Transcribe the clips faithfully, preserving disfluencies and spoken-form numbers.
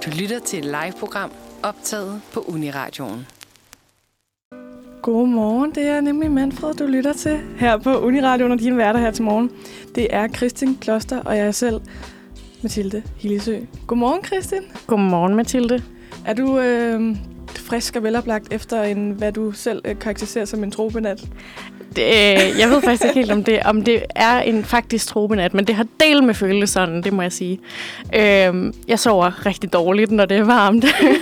Du lytter til et live-program optaget på Uniradioen. Godmorgen, det er nemlig Manfred, du lytter til her på Uniradioen, og dine værter her til morgen. Det er Kristin Kloster, og jeg er selv Mathilde Hillesø. Godmorgen, Kristin. Godmorgen, Mathilde. Er du øh, frisk og veloplagt efter en, hvad du selv øh, karakteriserer som en tropenat? Det, øh, jeg ved faktisk ikke helt, om det, om det er en faktisk tropenat, men det har del med følelse sådan, det må jeg sige. Øh, jeg sover rigtig dårligt, når det er varmt.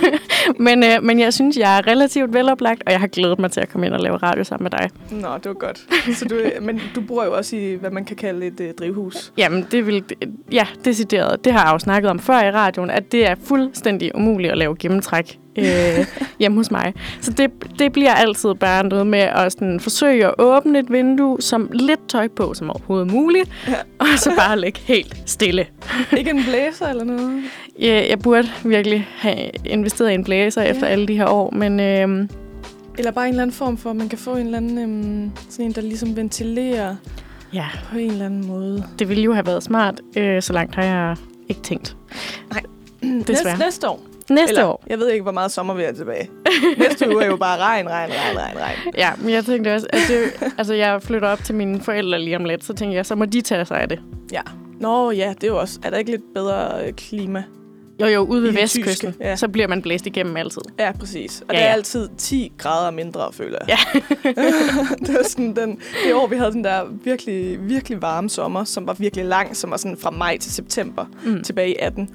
men, øh, men jeg synes, jeg er relativt veloplagt, og jeg har glædet mig til at komme ind og lave radio sammen med dig. Nå, det var godt. Så du, men du bor jo også i, hvad man kan kalde et øh, drivhus. Jamen, det vil, ja, decideret. Det har jeg jo snakket om før i radioen, at det er fuldstændig umuligt at lave gennemtræk øh, hjemme hos mig. Så det, det bliver altid bare noget med at sådan, forsøge at åbne et vindue, som lidt tøj på som overhovedet muligt, ja. Og så bare ligge helt stille. Ikke en blæser eller noget? Jeg, jeg burde virkelig have investeret i en blæser ja. efter alle de her år, men... Øh, eller bare en eller anden form for, at man kan få en eller anden, øh, sådan en, der ligesom ventilerer ja. på en eller anden måde. Det ville jo have været smart, øh, så langt har jeg ikke tænkt. Nej, desværre. Næste, næste år. Næste Eller, år. Jeg ved ikke, hvor meget sommer vi er tilbage. Næste uge er jo bare regn, regn, regn, regn, regn. Ja, men jeg tænkte også, at det, altså jeg flytter op til mine forældre lige om lidt, så tænkte jeg, så må de tage sig af det. Ja. Nå ja, det er jo også. Er der ikke lidt bedre øh, klima? Jo jo, ude ved vestkysten, ja. Så bliver man blæst igennem altid. Ja, præcis. Og ja, ja, ja. der er altid ti grader mindre, føler jeg. Ja. Det var sådan den, det år, vi havde den der virkelig, virkelig varme sommer, som var virkelig lang, som var sådan fra maj til september, mm. tilbage i atten.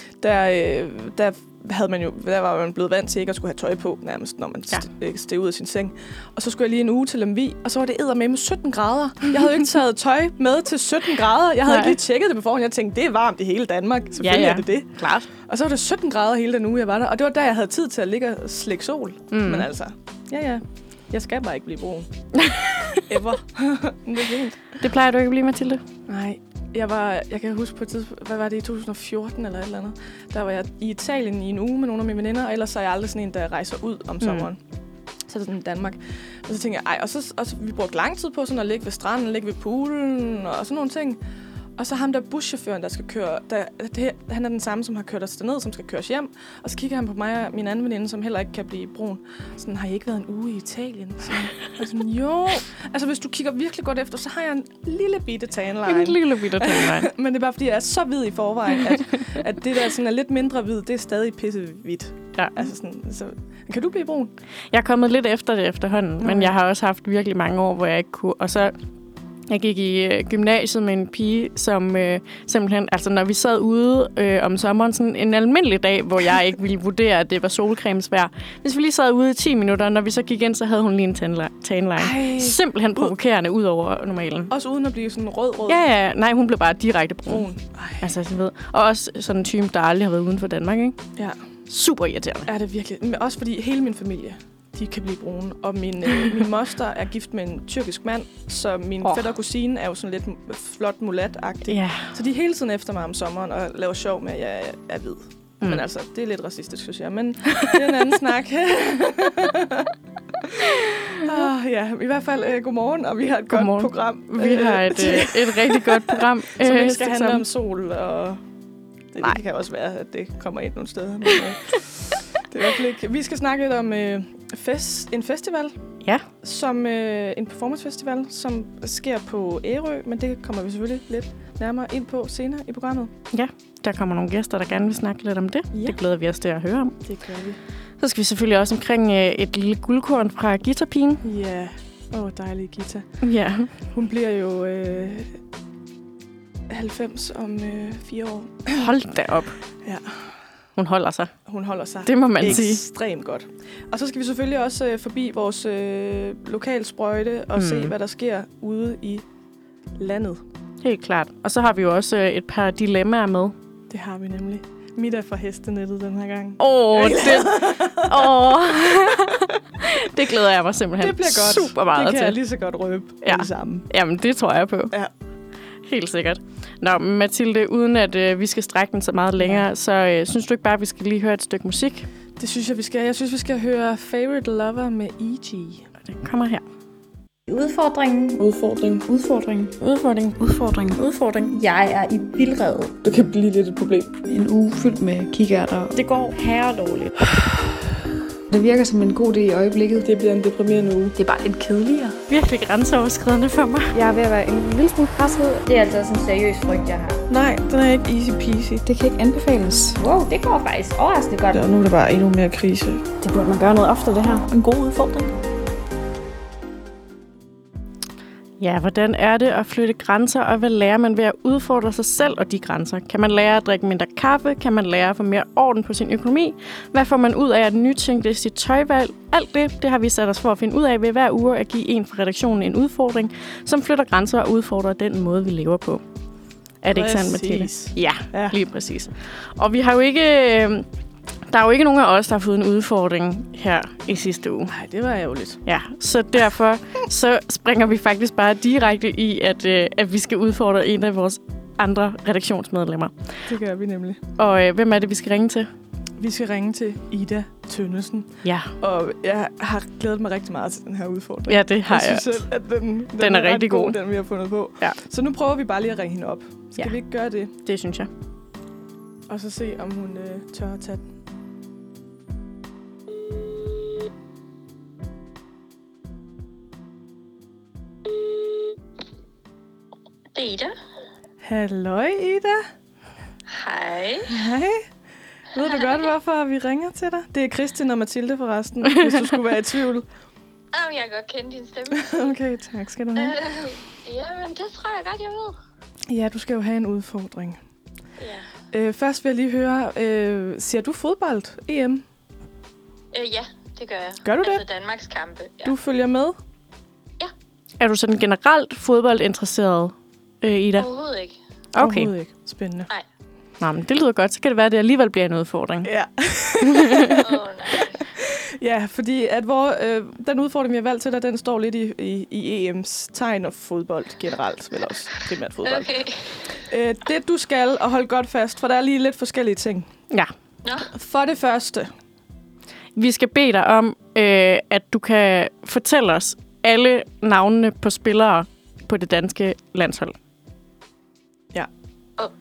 Der, øh, der havde man jo, der var man blevet vant til ikke at skulle have tøj på, nærmest, når man ja. st- steg ud af sin seng. Og så skulle jeg lige en uge til Lemvig, og så var det eddermame med sytten grader. Jeg havde jo ikke taget tøj med til sytten grader. Jeg havde Nej. ikke lige tjekket det på forhånd. Jeg tænkte, det er varmt i hele Danmark. Selvfølgelig ja, ja. er det det. Klart. Og så var det sytten grader hele den uge, jeg var der. Og det var der, jeg havde tid til at ligge og slække sol. Mm. Men altså, ja ja, jeg skal bare ikke blive brun. Ever. Det er fint. Det plejer du ikke at blive, Mathilde? Nej. Jeg var, jeg kan huske på et tidspunkt, hvad var det, i to tusind og fjorten eller et eller andet. Der var jeg i Italien i en uge med nogle af mine veninder, og ellers så er jeg aldrig sådan en, der rejser ud om sommeren. Mm. Så er det sådan i Danmark. Og så tænkte jeg, ej, og så, og så vi brugte lang tid på sådan at ligge ved stranden, ligge ved poolen og sådan nogle ting. Og så ham der buschaufføren, der skal køre, der, det, han er den samme, som har kørt os derned, som skal køres hjem. Og så kigger han på mig og min anden veninde, som heller ikke kan blive brun. Sådan, har I ikke været en uge i Italien? Så, og sådan, jo. Altså, hvis du kigger virkelig godt efter, så har jeg en lille bitte tanline. En lille bitte tanline. Men det er bare, fordi jeg er så hvid i forvejen, at, at det der sådan er lidt mindre hvid, det er stadig pissehvidt. Ja. Altså sådan, så, kan du blive brun? Jeg er kommet lidt efter det efterhånden, okay. Men jeg har også haft virkelig mange år, hvor jeg ikke kunne. Og så... Jeg gik i øh, gymnasiet med en pige, som øh, simpelthen, altså når vi sad ude øh, om sommeren, sådan en almindelig dag, hvor jeg ikke ville vurdere, at det var solcremesvær. Hvis vi lige sad ude i ti minutter, når vi så gik ind, så havde hun lige en tanline. Simpelthen provokerende ud over normalen. Også uden at blive sådan rød-rød? Ja, ja. Nej, hun blev bare direkte brun. Altså, jeg ved. Og også sådan en type, der aldrig har været uden for Danmark, ikke? Ja. Super irriterende. Er det virkelig? Men også fordi hele min familie, de kan blive brune. Og min, øh, min moster er gift med en tyrkisk mand, så min oh. fætter og kusine er jo sådan lidt flot mulat-agtig. Yeah. Så de er hele tiden efter mig om sommeren og laver sjov med, at jeg er, er hvid. Mm. Men altså, det er lidt racistisk, synes jeg. Men det er en anden snak. oh, ja, i hvert fald uh, godmorgen, og vi har et godmorgen. godt program. Vi har et, uh, et rigtig godt program. Som ikke skal handle om sol, og det, det kan også være, at det kommer ind nogle steder. Men, uh, det er ikke. Vi skal snakke lidt om øh, fest, en festival, ja. som øh, en performancefestival, som sker på Ærø, men det kommer vi selvfølgelig lidt nærmere ind på senere i programmet. Ja, der kommer nogle gæster, der gerne vil snakke lidt om det. Ja. Det glæder vi os til at høre om. Det gør vi. Så skal vi selvfølgelig også omkring øh, et lille guldkorn fra guitarpigen. Ja, åh, oh, dejlige guitar. Ja. Hun bliver jo øh, halvfems om øh, fire år. Hold da op. Ja. Hun holder sig. Hun holder sig. Det må man ekstremt sige. Ekstremt godt. Og så skal vi selvfølgelig også øh, forbi vores øh, lokalsprøjte og mm. se, hvad der sker ude i landet. Helt klart. Og så har vi jo også øh, et par dilemmaer med. Det har vi nemlig. Mit er fra hestenettet den her gang. Åh, oh, det... oh. Det glæder jeg mig simpelthen det bliver godt. super meget til. Det kan til. Jeg lige så godt røbe ja. det samme. Jamen, det tror jeg på. Ja. Helt sikkert. Nå, Mathilde, uden at øh, vi skal strække den så meget længere, ja. så øh, synes du ikke bare, at vi skal lige høre et stykke musik? Det synes jeg, vi skal. Jeg synes, vi skal høre Favorite Lover med E G. Det kommer her. Udfordringen. Udfordring. Udfordring. Udfordring. Udfordring. Udfordring. Jeg er i vildrede. Det kan blive lidt et problem. En uge fyldt med kikærter. Det går herredårligt. Det virker som en god idé i øjeblikket. Det bliver en deprimerende uge. Det er bare lidt kedeligere. Virkelig grænseoverskridende for mig. Jeg er ved at være en lille smule presset. Det er altså sådan en seriøs frygt, jeg har. Nej, den er ikke easy peasy. Det kan ikke anbefales. Wow, det går faktisk overraskende godt. Og nu er det bare endnu mere krise. Det burde man gøre noget ofte, det her. En god udfordring. Ja, hvordan er det at flytte grænser, og hvad lærer man ved at udfordre sig selv og de grænser? Kan man lære at drikke mindre kaffe? Kan man lære at få mere orden på sin økonomi? Hvad får man ud af at nytænke sit tøjvalg? Alt det, det har vi sat os for at finde ud af ved hver uge at give en fra redaktionen en udfordring, som flytter grænser og udfordrer den måde, vi lever på. Er det ikke sandt, Mathilde? Ja, ja, lige præcis. Og vi har jo ikke... Der er jo ikke nogen af os, der har fået en udfordring her i sidste uge. Nej, det var ærgerligt. Ja, så derfor så springer vi faktisk bare direkte i, at, øh, at vi skal udfordre en af vores andre redaktionsmedlemmer. Det gør vi nemlig. Og øh, hvem er det, vi skal ringe til? Vi skal ringe til Ida Tønnesen. Ja. Og jeg har glædet mig rigtig meget til den her udfordring. Ja, det har jeg. Jeg synes selv, at den, den, den er, er rigtig god, den vi har fundet på. Ja. Så nu prøver vi bare lige at ringe hende op. Skal ja. vi ikke gøre det? Det synes jeg. Og så se, om hun øh, tør at tage den. Det er Ida. Halløj, Ida. Hej. Hej. Ved du godt, hvorfor vi ringer til dig? Det er Kristin og Mathilde forresten, hvis du skulle være i tvivl. Jamen, jeg kan godt kende din stemme. Okay, tak skal du have. Øh, jamen, det tror jeg godt, jeg ved. Ja, du skal jo have en udfordring. Ja. Øh, først vil jeg lige høre, øh, ser du fodbold? E M? Øh, ja, det gør jeg. Gør du det? Altså Danmarks kampe. Ja. Du følger med? Ja. Er du sådan generelt fodboldinteresseret, øh, Ida? Overhovedet ikke. Okay. Overhovedet ikke. Spændende. Nej. Nå, men det lyder godt. Så kan det være, at det alligevel bliver en udfordring. Ja. Åh, oh, nej. Ja, fordi at hvor, øh, den udfordring, vi har valgt til dig, den står lidt i, i, i E M's tegn og fodbold generelt, vel også primært fodbold. Okay. Øh, det du skal, og hold godt fast, for der er lige lidt forskellige ting. Ja. Nå. For det første. Vi skal bede dig om, øh, at du kan fortælle os alle navnene på spillere på det danske landshold. Ja. Oh.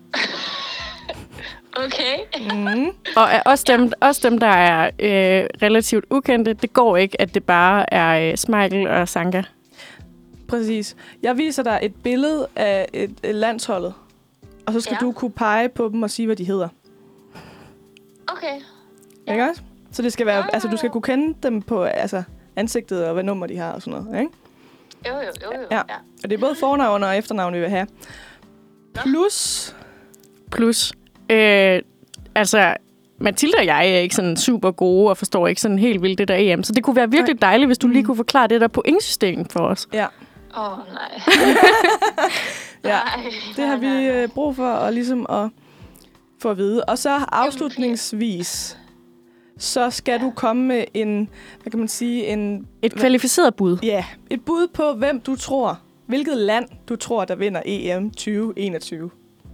Okay. Mm. Og også dem, også dem, der er øh, relativt ukendte, det går ikke, at det bare er øh, Schmeichel og Sanka. Præcis. Jeg viser dig et billede af et, et landsholdet, og så skal Ja. du kunne pege på dem og sige, hvad de hedder. Okay. Ja. Ikke også? Så det skal være, Ja, ja, altså du skal ja. kunne kende dem på altså, ansigtet og hvad nummer de har og sådan noget, ikke? Jo, jo, jo, jo. Ja. Ja. Og det er både fornavn og efternavn, vi vil have. Plus, Plus, øh, altså, Mathilde og jeg er ikke sådan super gode og forstår ikke sådan helt vildt det der E M. Så det kunne være virkelig dejligt, hvis du lige kunne forklare det der pointsystem for os. ja, Åh, oh, nej. ja. Nej, Det har nej, vi nej. øh, brug for at, ligesom at få at vide. Og så afslutningsvis, så skal du komme med en, hvad kan man sige, en, Et kvalificeret bud. ja, et bud på, hvem du tror, hvilket land du tror, der vinder E M tyve enogtyve.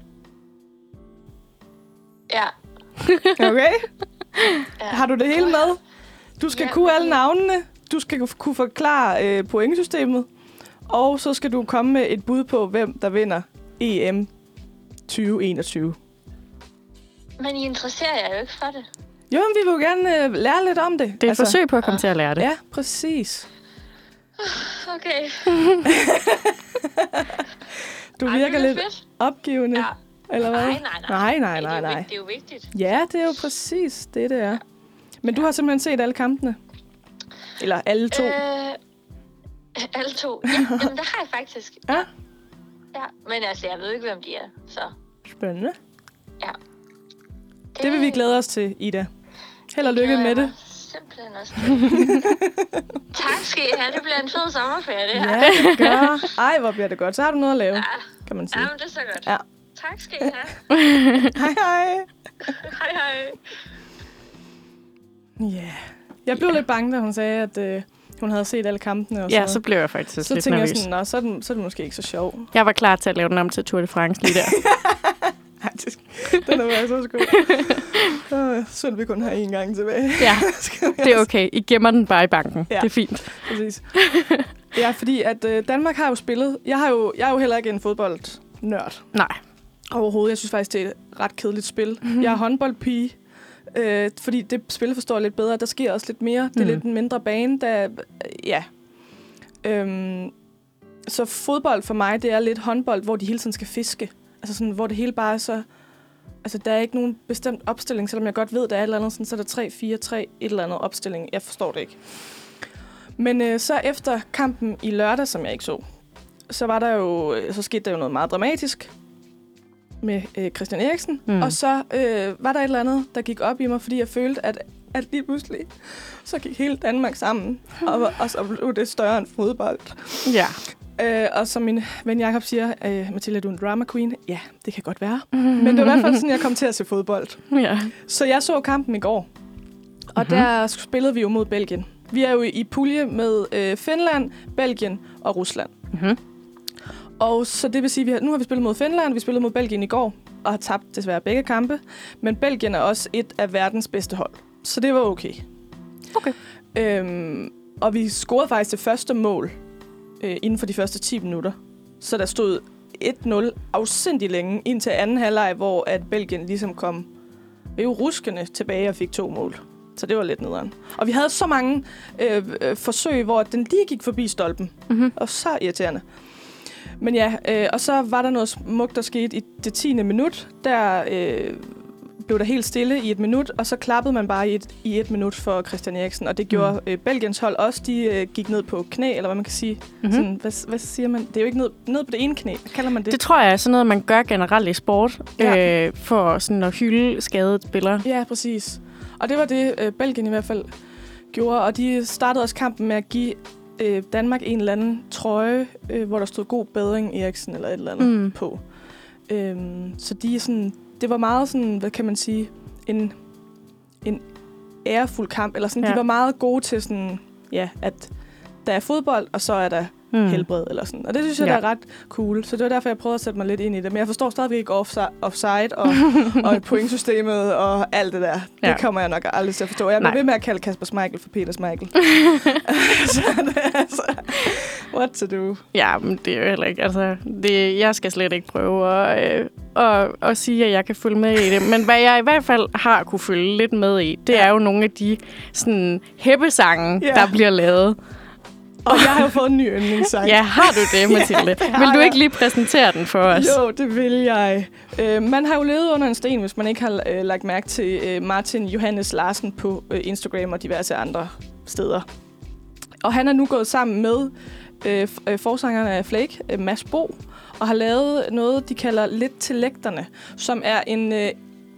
Ja. Okay? Ja. Har du det hele med? Du skal Ja, kunne alle ja. navnene, du skal kunne forklare øh, pointsystemet, og så skal du komme med et bud på, hvem der vinder E M tyve enogtyve. Men I interesserer jer jo ikke for det. Jo, men vi vil jo gerne øh, lære lidt om det. Det er et altså, forsøg på at komme til at lære det. Ja, præcis. Okay. Du Ej, virker det er lidt fedt. opgivende, Ja. eller hvad? Nej, nej, nej. Nej, nej, nej, Det er, jo, nej. vigt- det er jo vigtigt. Ja, det er jo præcis det, det er. Men du har simpelthen set alle kampene? Eller alle to? Øh, alle to. Ja, jamen, det har jeg faktisk. Ja. Ja, men altså, jeg ved ikke, hvem de er, så... Spændende. Ja. Det vil vi glæde os til, Ida. Held og lykke med det. Simpelthen også til. Tak skal I have. Det bliver en fed sommerferie, det her. Ja, det gør. Ej, hvor bliver det godt. Så har du noget at lave, Ja. kan man sige. Jamen, det er så godt. Ja. Tak skal I have. Hej, hej. Hej, hej. Ja. Yeah. Jeg blev lidt bange, da hun sagde, at øh, hun havde set alle kampene. Og Ja, så, så blev jeg faktisk så lidt tænker jeg nervøs. sådan, nå, så er, den, så er det måske ikke så sjov. Jeg var klar til at lave den om til Tour de France lige der. Ej, det, den er været så skød. Åh, synd, vi kun har én gang tilbage. Ja, det er okay. I gemmer den bare i banken. Ja. Det er fint. Præcis. Ja, fordi at øh, Danmark har jo spillet... Jeg, har jo, jeg er jo heller ikke en fodboldnørd. Nej. Overhovedet. Jeg synes faktisk, det er et ret kedeligt spil. Mm-hmm. Jeg er håndboldpige, øh, fordi det spil forstår jeg lidt bedre. Der sker også lidt mere. Det er mm. lidt en mindre bane, der... Ja. Øhm, så fodbold for mig, det er lidt håndbold, hvor de hele tiden skal fiske. Altså sådan, hvor det hele bare er så... Altså, der er ikke nogen bestemt opstilling, selvom jeg godt ved, der er et eller andet, sådan, så er der tre fire tre et eller andet opstilling. Jeg forstår det ikke. Men øh, så efter kampen i lørdag, som jeg ikke så, så var der jo, så skete der jo noget meget dramatisk med øh, Christian Eriksen. Mm. Og så øh, var der et eller andet, der gik op i mig, fordi jeg følte, at, at lige pludselig, så gik hele Danmark sammen. og, og så blev det større end fodbold. Ja. Øh, og som min ven Jacob siger, øh, Mathilda, du er en drama queen. Ja, det kan godt være. Mm. Men det var i hvert fald sådan, jeg kom til at se fodbold. Ja. Så jeg så kampen i går. Og mm-hmm. der spillede vi jo mod Belgien. Vi er jo i pulje med øh, Finland, Belgien og Rusland. Mm-hmm. Og så det vil sige, at vi har, nu har vi spillet mod Finland, vi spillede mod Belgien i går, og har tabt desværre begge kampe. Men Belgien er også et af verdens bedste hold. Så det var okay. Okay. Øhm, og vi scorede faktisk det første mål øh, inden for de første ti minutter. Så der stod et nul afsindig længe indtil anden halvleg, hvor at Belgien ligesom kom jo ruskende tilbage og fik to mål. Så det var lidt nederen. Og vi havde så mange øh, øh, forsøg, hvor den lige gik forbi stolpen. Mm-hmm. Og så irriterende. Men ja, øh, og så var der noget smukt, der skete i det tiende minut. Der øh, blev der helt stille i et minut, og så klappede man bare i et, i et minut for Christian Eriksen. Og det gjorde mm. øh, Belgiens hold også. De øh, gik ned på knæ, eller hvad man kan sige. Mm-hmm. Sådan, hvad, hvad siger man? Det er jo ikke ned, ned på det ene knæ. Hvad kalder man det? Det tror jeg er sådan noget, man gør generelt i sport, ja. øh, for sådan at hylde skadede spillere. Ja, præcis. Og det var det, øh, Belgien i hvert fald gjorde. Og de startede også kampen med at give øh, Danmark en eller anden trøje, øh, hvor der stod god bedring Eriksen eller et eller andet mm. på. Øhm, så de er sådan, det var meget sådan, hvad kan man sige, en, en ærefuld kamp. Eller sådan, ja. De var meget gode til sådan, ja, at der er fodbold, og så er der mm. helbred eller sådan. Og det synes jeg, ja. Der er ret cool. Så det var derfor, jeg prøvede at sætte mig lidt ind i det. Men jeg forstår stadigvæk ikke offside, offside og, og pointsystemet og alt det der. Ja. Det kommer jeg nok aldrig til at forstå. Jeg bliver ved med at kalde Kasper Schmeichel for Peter Schmeichel. Så det er altså, what to do? Ja, men det er jo heller ikke. Altså, det, jeg skal slet ikke prøve at, øh, at, at sige, at jeg kan følge med i det. Men hvad jeg i hvert fald har kunne følge lidt med i, det ja. Er jo nogle af de sådan, hæppesange, ja. Der bliver lavet. Og jeg har jo fået en ny yndlingssang. Ja, har du det, Mathilde? Ja, vil du ikke lige præsentere den for os? Jo, det vil jeg. Uh, man har jo levet under en sten, hvis man ikke har uh, lagt mærke til uh, Martin Johannes Larsen på uh, Instagram og diverse andre steder. Og han er nu gået sammen med uh, forsangerne af Flake, uh, Mads Bo, og har lavet noget, de kalder Lidt til lægterne, som er en... Uh,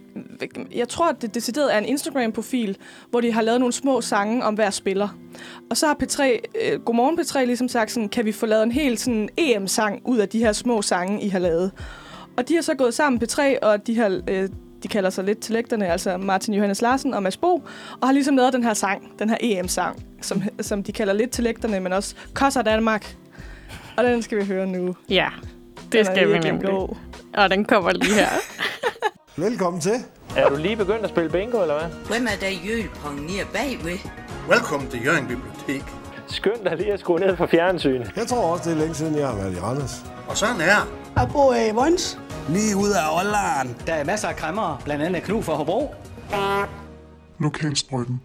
jeg tror, at det decideret er en Instagram-profil, hvor de har lavet nogle små sange om hver spiller. Og så har P tre, øh, Godmorgen P tre ligesom sagt, sådan, kan vi få lavet en helt sådan E M-sang ud af de her små sange, I har lavet. Og de har så gået sammen, P tre, og de, har, øh, de kalder sig Lidt til lægterne, altså Martin Johannes Larsen og Mads Bo, og har ligesom lavet den her sang, den her E M-sang, som, som de kalder Lidt til lægterne, men også Kosser Danmark. Og den skal vi høre nu. Ja, det skal vi nemlig. Og den kommer lige her. Velkommen til. Er du lige begyndt at spille bingo, eller hvad? Hvem er der Jølpong nede bagved? Velkommen til Hjørring Bibliotek. Skønt dig lige at skrue ned for fjernsynet. Jeg tror også, det er længe siden, jeg har været i Randers. Og sådan er. Jeg bor i Vons. Lige ud af Ålderen. Der er masser af kræmmere, blandt andet Knud fra Hobro. Lokalsprøjten.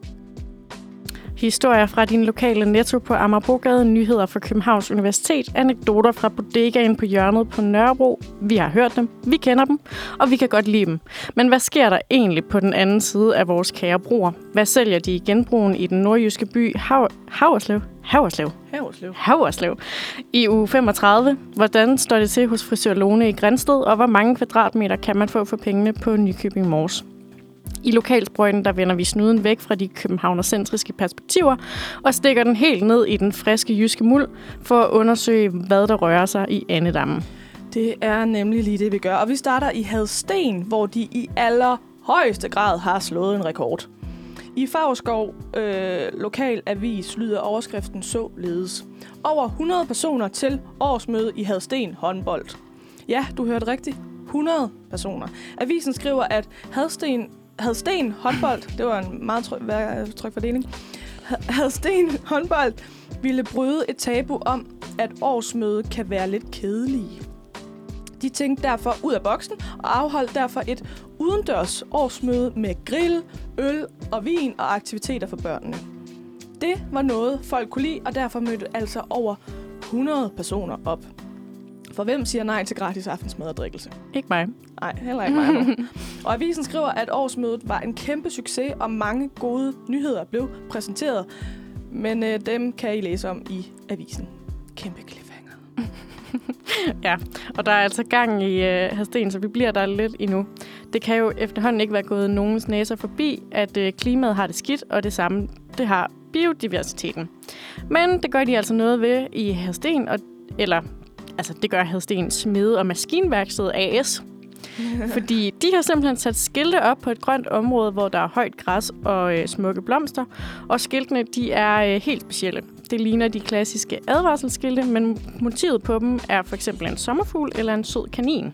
Historier fra din lokale Netto på Amagerbrogade, nyheder fra Københavns Universitet, anekdoter fra bodegaen på hjørnet på Nørrebro. Vi har hørt dem, vi kender dem, og vi kan godt lide dem. Men hvad sker der egentlig på den anden side af vores kære broer? Hvad sælger de i genbrugen i den nordjyske by Hav- Haverslev? Haverslev. Haverslev. Haverslev. I uge femogtredive. Hvordan står det til hos frisør Lone i Grænsted, og hvor mange kvadratmeter kan man få for pengene på Nykøbing Mors? I Lokalsprøjten, der vender vi snuden væk fra de københavnercentriske perspektiver og stikker den helt ned i den friske jyske muld for at undersøge, hvad der rører sig i Annedammen. Det er nemlig lige det, vi gør. Og vi starter i Hadsten, hvor de i allerhøjeste grad har slået en rekord. I Favrskov øh, lokalavis lyder overskriften således. Over hundrede personer til årsmøde i Hadsten håndbold. Ja, du hørte rigtigt. hundrede personer. Avisen skriver, at Hadsten Hadsten håndbold, det var en meget tryg, tryg fordeling, Hadsten håndbold ville bryde et tabu om, at årsmødet kan være lidt kedelige. De tænkte derfor ud af boksen og afholdt derfor et udendørs årsmøde med grill, øl og vin og aktiviteter for børnene. Det var noget, folk kunne lide, og derfor mødte altså over hundrede personer op. For hvem siger nej til gratis aftensmad og drikkelse? Ikke mig. Nej, heller ikke mig nu. Og avisen skriver, at årsmødet var en kæmpe succes, og mange gode nyheder blev præsenteret. Men øh, dem kan I læse om i avisen. Kæmpe cliffhanger. Ja, og der er altså gang i øh, Hadsten, så vi bliver der lidt endnu. Det kan jo efterhånden ikke være gået nogens næser forbi, at øh, klimaet har det skidt, og det samme, det har biodiversiteten. Men det gør de altså noget ved i Hadsten, og, eller altså det gør Hadsten Smede- og Maskinværksted A S. Fordi de har simpelthen sat skilte op på et grønt område, hvor der er højt græs og øh, smukke blomster. Og skiltene, de er øh, helt specielle. Det ligner de klassiske advarselsskilte, men motivet på dem er for eksempel en sommerfugl eller en sød kanin.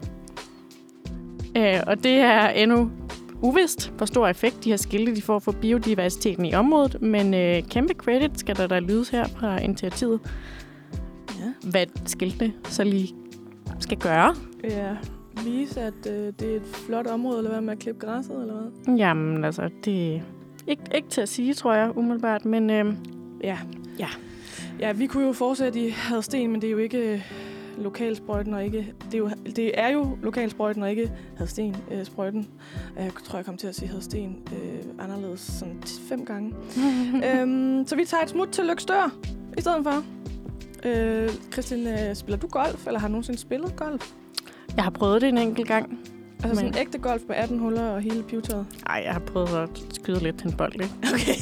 Øh, og det er endnu uvist, hvor stor effekt de her skilte de får for biodiversiteten i området. Men øh, kæmpe credit skal der der lydes her fra initiativet. Ja. Hvad skiltene så lige skal gøre. Ja, vise, at øh, det er et flot område, eller hvad med at klippe græsset, eller hvad? Jamen, altså, det er ikke, ikke til at sige, tror jeg, umiddelbart, men øh, ja. Ja. Ja, vi kunne jo fortsætte i Hadsten, men det er jo ikke øh, lokalsprøjten, og ikke... Det er jo, det er jo lokalsprøjten, og ikke Hadsten-sprøjten. Øh, jeg tror, jeg kom til at sige Hadsten øh, anderledes sådan fem gange. øhm, så vi tager et smut til Løgstør i stedet for. Øh, Christian, øh, spiller du golf, eller har du nogensinde spillet golf? Jeg har prøvet det en enkelt gang. Altså men... sådan en ægte golf med atten huller og hele pivetøjet? Nej, jeg har prøvet at skyde lidt til en bold, ikke? Okay.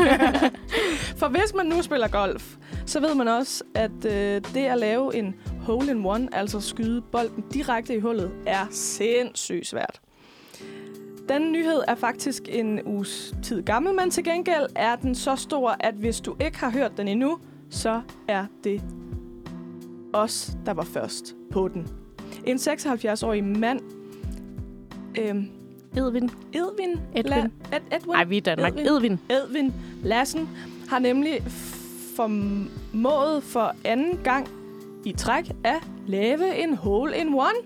For hvis man nu spiller golf, så ved man også, at øh, det at lave en hole-in-one, altså skyde bolden direkte i hullet, er sindssygt svært. Den nyhed er faktisk en uges tid gammel, men til gengæld er den så stor, at hvis du ikke har hørt den endnu, så er det os, der var først på den. En seksoghalvfjerds-årig mand... Øhm, Edvin. Edvin? Edvin. La- Ed- Edwin? Ej, vi er Danmark. Edvin. Edvin. Edvin Lassen har nemlig formået for anden gang i træk at lave en hole-in-one.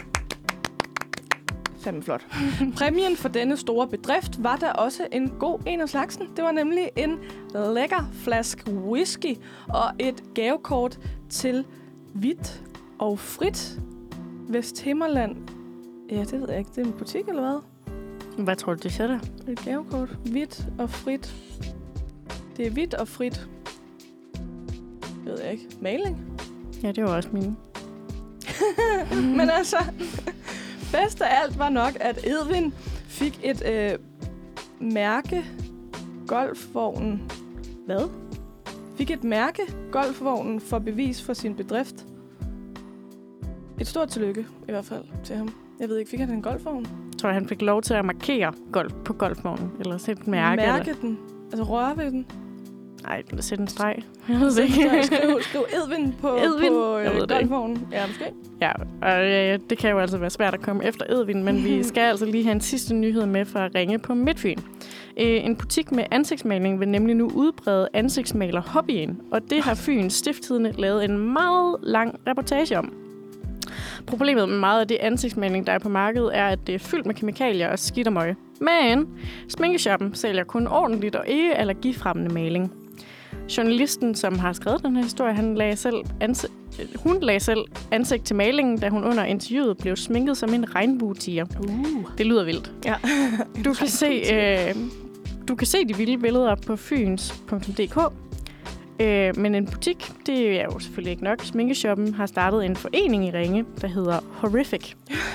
Fandme flot. Præmien for denne store bedrift var der også en god en af slagsen. Det var nemlig en lækker flaske whisky og et gavekort til Hvidt og Frit Vesthimmerland. Ja, det ved jeg ikke. Det er en butik, eller hvad? Hvad tror du, det sætter? Et gavekort. Hvidt og Frit. Det er Hvidt og Frit. Det ved jeg ikke. Maling? Ja, det var også min. Men altså... Bedst af alt var nok, at Edvin fik et øh, mærke golfvognen. Hvad? Fik et mærke golfvognen for bevis for sin bedrift. Et stort tillykke, i hvert fald, til ham. Jeg ved ikke, fik han en golfvogn? Jeg tror, han fik lov til at markere golf på golfvognen. Eller sætte et mærke. Mærke eller... den? Altså røre ved den? Nej, eller sætte en streg. Jeg ved ikke. Skriv, skriv Edvin på, Edvin? på øh, golfvognen. Ja, måske. Ja, og øh, det kan jo altså være svært at komme efter Edvin, men vi skal altså lige have en sidste nyhed med fra Ringe på Midtfyn. Øh, en butik med ansigtsmaling vil nemlig nu udbrede ansigtsmaler-hobbyen, og det har Fyns Stiftstidende lavet en meget lang reportage om. Problemet med meget af det ansigtsmaling, der er på markedet, er, at det er fyldt med kemikalier og skidt og møg. Men sminkeshoppen sælger kun ordentligt og ikke allergifremmende maling. Journalisten, som har skrevet den her historie, han lagde selv ansigt, hun lagde selv ansigt til malingen, da hun under interviewet blev sminket som en regnbuetiger. Uh. Det lyder vildt. Ja. Du kan se, øh, du kan se de vilde billeder på fyns punktum d k. Øh, men en butik, det er jo selvfølgelig ikke nok. Sminkeshoppen har startet en forening i Ringe, der hedder Horrific.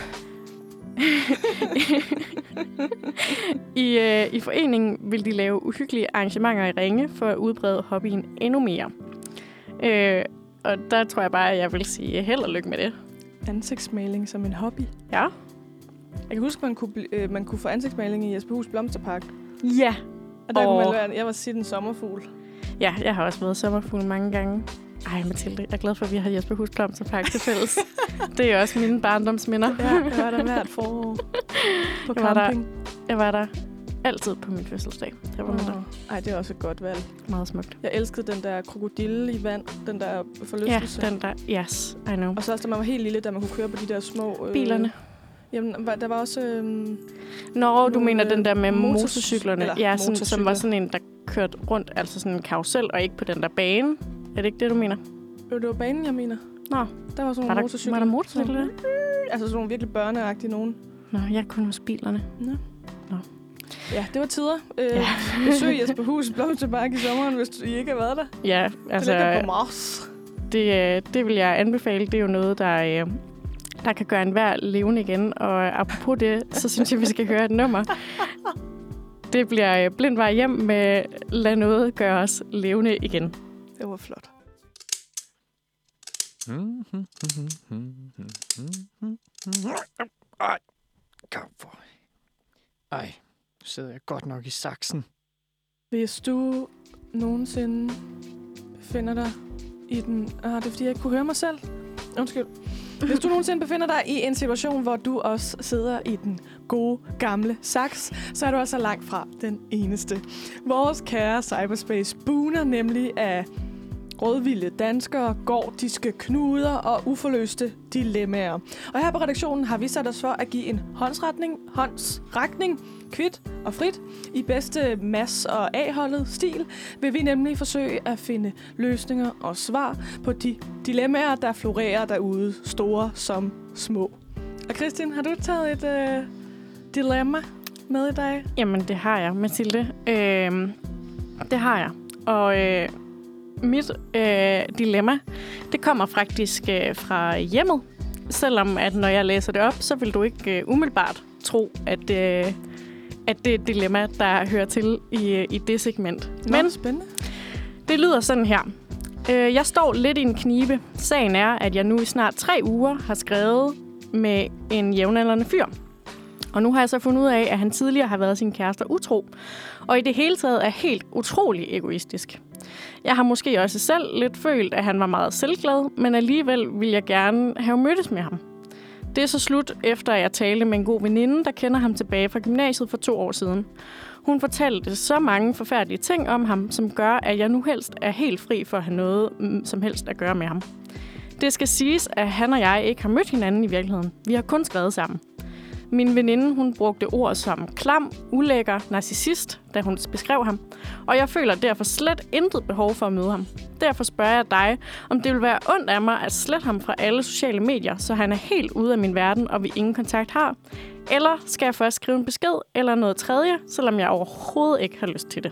I, øh, I foreningen vil de lave uhyggelige arrangementer i Ringe for at udbrede hobbyen endnu mere. Øh, og der tror jeg bare, at jeg vil sige held og lykke med det. Ansigtsmaling som en hobby? Ja. Jeg kan huske, man kunne, øh, man kunne få ansigtsmaling i Jesperhus Blomsterpark. Ja. Og der og... kunne man være, jeg var sit en sommerfugl. Ja, jeg har også været sommerfugl mange gange. Ej, Mathilde, jeg er glad for, at vi har Jesperhus Blomsterpark til fælles. Det er også mine barndomsminder. Ja, jeg var der hvert forår på jeg camping. Var der, jeg var der altid på min fødselsdag. Det var mindre. Ej, det er også et godt valg. Meget smukt. Jeg elskede den der krokodille i vand, den der forlystelse. Ja, den der, yes, I know. Og så også, da man var helt lille, da man kunne køre på de der små... Øh, bilerne. Jamen, der var også... Øh, Nå, du nogle, mener den der med motors- motorcyklerne. Ja, sådan, som motorcykler. var sådan en, der kørte rundt, altså sådan en karusel, og ikke på den der bane. Er det ikke det, du mener? Det var banen, jeg mener. Nå. Der var sådan var nogle der, motorcykler. Var der motorcykler der? Altså sådan nogle virkelig børneagtige nogen. Nå, jeg kunne hos bilerne. Nå. Nå. Ja, det var tider. Øh, Ja. besøg Jesperhus Blomsterpark i sommeren, hvis du I ikke har været der. Ja, altså... Det ligger på Mars. Det, øh, det vil jeg anbefale. Det er jo noget, der, øh, der kan gøre enhver levende igen. Og apropos det, så synes jeg, vi skal høre et nummer. Det bliver øh, Blind vej hjem med Lad noget gøre os levende igen. Det var flot. Ej, kom for. Ej, nu sidder jeg godt nok i saksen. Hvis du nogensinde befinder dig i den... Ah, det er, fordi jeg ikke kunne høre mig selv. Undskyld. Hvis du nogensinde befinder dig i en situation, hvor du også sidder i den gode, gamle saks, så er du altså langt fra den eneste. Vores kære cyberspace buner nemlig af rådvilde danskere, gordiske knuder og uforløste dilemmaer. Og her på redaktionen har vi sat os for at give en håndsretning, håndsrækning, kvit og frit. I bedste Mads og A-holdet stil vil vi nemlig forsøge at finde løsninger og svar på de dilemmaer, der florerer derude, store som små. Og Kristin, har du taget et øh, dilemma med i dag? Jamen, det har jeg, Mathilde. Øh, det har jeg. Og... Øh Mit øh, dilemma, det kommer faktisk øh, fra hjemmet. Selvom at når jeg læser det op, så vil du ikke øh, umiddelbart tro, at, øh, at det er et dilemma, der hører til i, i det segment. Nå, Men spændende. Det lyder sådan her. Øh, jeg står lidt i en knibe. Sagen er, at jeg nu i snart tre uger har skrevet med en jævnaldrende fyr. Og nu har jeg så fundet ud af, at han tidligere har været sin kæreste utro. Og i det hele taget er helt utrolig egoistisk. Jeg har måske også selv lidt følt, at han var meget selvglad, men alligevel vil jeg gerne have mødtes med ham. Det er så slut, efter jeg talte med en god veninde, der kender ham tilbage fra gymnasiet for to år siden. Hun fortalte så mange forfærdelige ting om ham, som gør, at jeg nu helst er helt fri for at have noget som helst at gøre med ham. Det skal siges, at han og jeg ikke har mødt hinanden i virkeligheden. Vi har kun skrevet sammen. Min veninde, hun brugte ord som klam, ulækker, narcissist, da hun beskrev ham. Og jeg føler derfor slet intet behov for at møde ham. Derfor spørger jeg dig, om det vil være ondt af mig at slette ham fra alle sociale medier, så han er helt ude af min verden, og vi ingen kontakt har. Eller skal jeg først skrive en besked eller noget tredje, selvom jeg overhovedet ikke har lyst til det?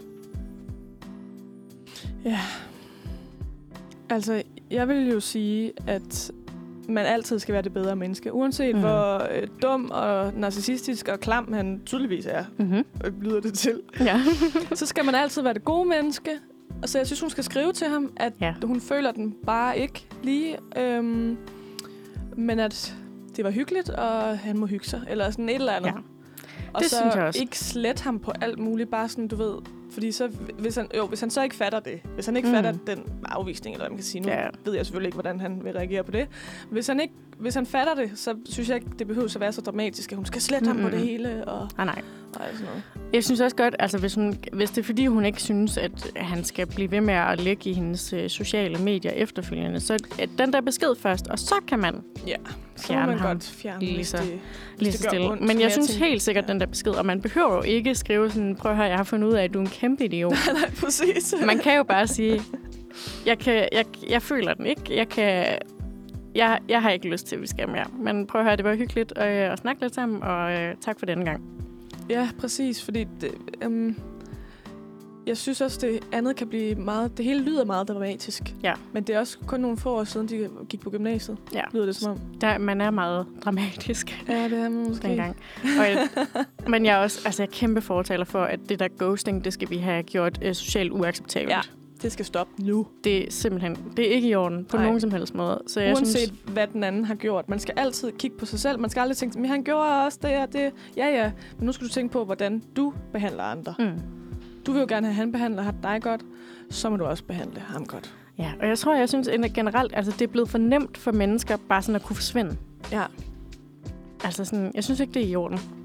Ja. Altså, jeg vil jo sige, at man altid skal være det bedre menneske. Uanset mm. hvor øh, dum og narcissistisk og klam han tydeligvis er, mm-hmm. lyder det til. Ja. Så skal man altid være det gode menneske. Og så jeg synes, hun skal skrive til ham, at ja. hun føler den bare ikke lige. Øhm, men at det var hyggeligt, og han må hygge sig. Eller sådan et eller andet. Ja. Og det så synes jeg også. Ikke slet ham på alt muligt. Bare sådan, du ved... Fordi så, hvis han, jo, hvis han så ikke fatter det, hvis han ikke mm. fatter den afvisning, eller hvad man kan sige, nu ja. ved jeg selvfølgelig ikke, hvordan han vil reagere på det. Hvis han ikke, hvis han fatter det, så synes jeg ikke, det behøver at være så dramatisk, at hun skal slette mm. ham på det hele. Og, ah, nej. Og sådan noget. Jeg synes også godt, altså hvis, hun, hvis det er fordi, hun ikke synes, at han skal blive ved med at ligge i hendes øh, sociale medier efterfølgende, så at den der besked først, og så kan man ja. Så fjerne man ham godt fjerne lige så, det, lige så stille. Ondt, men jeg synes tænker, helt sikkert, ja. den der besked, og man behøver jo ikke skrive sådan, prøv at høre, jeg har fundet ud af, at du er en kæmpe idiot. Nej, præcis. Man kan jo bare sige, jeg, kan, jeg, jeg føler den ikke, jeg kan... Jeg, jeg har ikke lyst til, at vi skal mere. Men prøv at høre, det var hyggeligt øh, at snakke lidt sammen, og øh, tak for denne gang. Ja, præcis, fordi det, øhm, jeg synes også, det andet kan blive meget... Det hele lyder meget dramatisk. Ja. Men det er også kun nogle få år siden, de gik på gymnasiet. Ja. Lyder det som om. Der, man er meget dramatisk. Ja, det er man måske. Dengang. Og jeg, men jeg er også altså, jeg er kæmpe fortaler for, at det der ghosting, det skal vi have gjort øh, socialt uacceptabelt. Ja. Det skal stoppe nu. Det er simpelthen, det er ikke i orden på Nej. nogen som helst måde. Så jeg Uanset synes, hvad den anden har gjort. Man skal altid kigge på sig selv. Man skal aldrig tænke, men han gjorde også det og det. Ja, ja. Men nu skal du tænke på, hvordan du behandler andre. Mm. Du vil jo gerne have, at han behandler har dig godt. Så må du også behandle ham godt. Ja, og jeg tror, jeg synes at generelt, altså det er blevet for nemt for mennesker bare sådan at kunne forsvinde. Ja. Altså sådan, jeg synes ikke, det er i orden.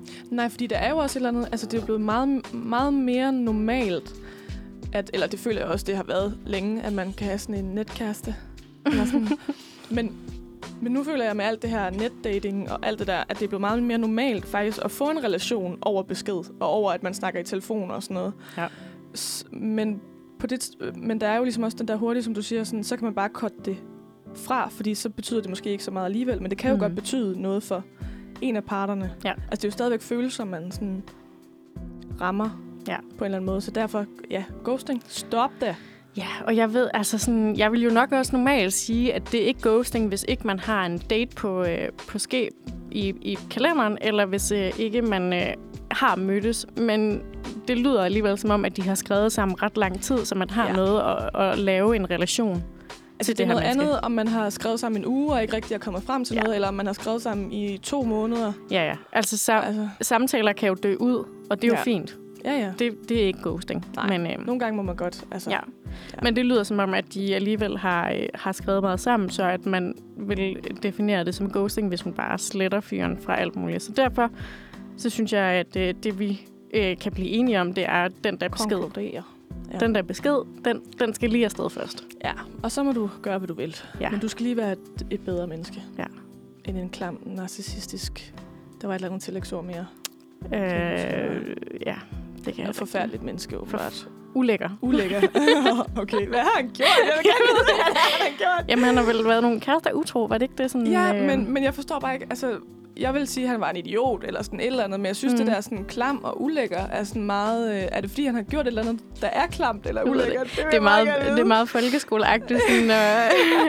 Nej, fordi der er jo også et eller andet... Altså, det er blevet meget, meget mere normalt, at, eller det føler jeg også, det har været længe, at man kan have sådan en netkæreste. Eller sådan. Men, men nu føler jeg med alt det her netdating og alt det der, at det er blevet meget mere normalt faktisk at få en relation over besked, og over, at man snakker i telefon og sådan noget. Ja. S- men, på det, men der er jo ligesom også den der hurtige, som du siger, sådan, så kan man bare cutte det fra, fordi så betyder det måske ikke så meget alligevel, men det kan jo mm. godt betyde noget for en af parterne. Ja. Altså, det er jo stadigvæk følelser, man sådan rammer ja. på en eller anden måde. Så derfor, ja, ghosting, stop det. Ja, og jeg ved, altså sådan, jeg vil jo nok også normalt sige, at det er ikke ghosting, hvis ikke man har en date på, øh, på ske i, i kalenderen, eller hvis øh, ikke man øh, har mødtes. Men det lyder alligevel som om, at de har skrevet sammen ret lang tid, så man har ja. noget at, at lave en relation. Altså, det, det er noget andet, om man har skrevet sammen en uge, og ikke rigtig er kommet frem til ja. noget, eller om man har skrevet sammen i to måneder. Ja, ja. Altså, så, altså. samtaler kan jo dø ud, og det er ja. jo fint. Ja, ja. Det, det er ikke ghosting. Nej, men, øhm, nogle gange må man godt. Altså. Ja. ja. Men det lyder som om, at de alligevel har, øh, har skrevet meget sammen, så at man vil definere det som ghosting, hvis man bare sletter fyren fra alt muligt. Så derfor, så synes jeg, at øh, det vi øh, kan blive enige om, det er den der besked. Ja. Den der besked, den, den skal lige afsted først. Ja, og så må du gøre, hvad du vil. Ja. Men du skal lige være et, et bedre menneske. Ja. End en klam, narcissistisk... Der var et eller andet tillægsord mere. Øh, ja, det kan jeg. Et forfærdeligt menneske, åbenbart. For ulækker. Ulækker. Okay, hvad har han gjort? Jeg vil gerne vide, hvad har han gjort? Jamen, han har vel været nogle kærester utro, var det ikke det? Sådan, ja, øh... men, men jeg forstår bare ikke... Altså, jeg vil sige, at han var en idiot, eller sådan et eller andet, men jeg synes, mm. det der sådan klam og ulækker er sådan meget... Øh, er det, fordi han har gjort et eller andet, der er klamt eller ulækkert? Det, det, er meget, det er meget folkeskoleagtigt sådan, øh,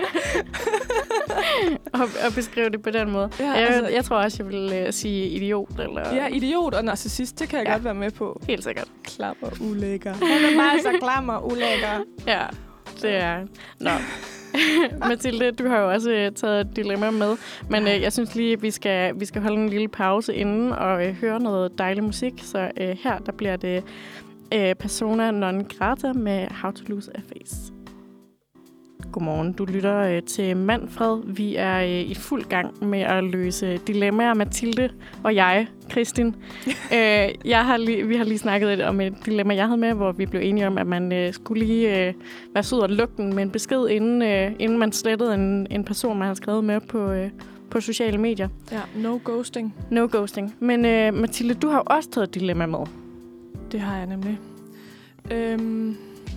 at, at beskrive det på den måde. Ja, jeg, altså, jeg tror også, jeg vil øh, sige idiot. Eller... Ja, idiot og narcissist, det kan jeg ja. godt være med på. Helt sikkert. Klam og ulækker. Han er bare så klam og ulækker. Ja, det er... Nå. Mathilde, du har jo også øh, taget et dilemma med, men øh, jeg synes lige, at vi skal, vi skal holde en lille pause inden og øh, høre noget dejlig musik. Så øh, her der bliver det øh, Persona non grata med How to Lose a Face. Godmorgen, du lytter øh, til Manfred. Vi er øh, i fuld gang med at løse dilemmaer, Mathilde og jeg, Kristin. øh, jeg har lige, vi har lige snakket lidt om et dilemma, jeg havde med, hvor vi blev enige om, at man øh, skulle lige øh, være sød og lukke den med en besked, inden, øh, inden man slettede en, en person, man har skrevet med på, øh, på sociale medier. Ja, no ghosting. No ghosting. Men øh, Mathilde, du har jo også taget et dilemma med. Det har jeg nemlig. Øhm...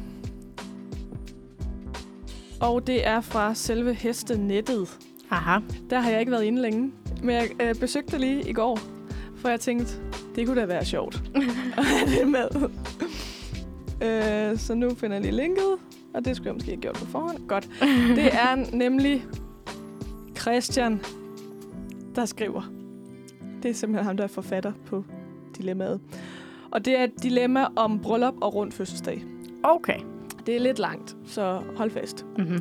Og det er fra selve hestenettet. Aha. Der har jeg ikke været inde længe. Men jeg øh, besøgte det lige i går. For jeg tænkte, det kunne da være sjovt at have det med. øh, så nu finder jeg lige linket. Og det skulle jeg måske have gjort på forhånd. Godt. Det er nemlig Christian, der skriver. Det er simpelthen ham, der er forfatter på dilemmaet. Og det er et dilemma om bryllup og rund fødselsdag. Okay. Det er lidt langt, så hold fast. Mm-hmm.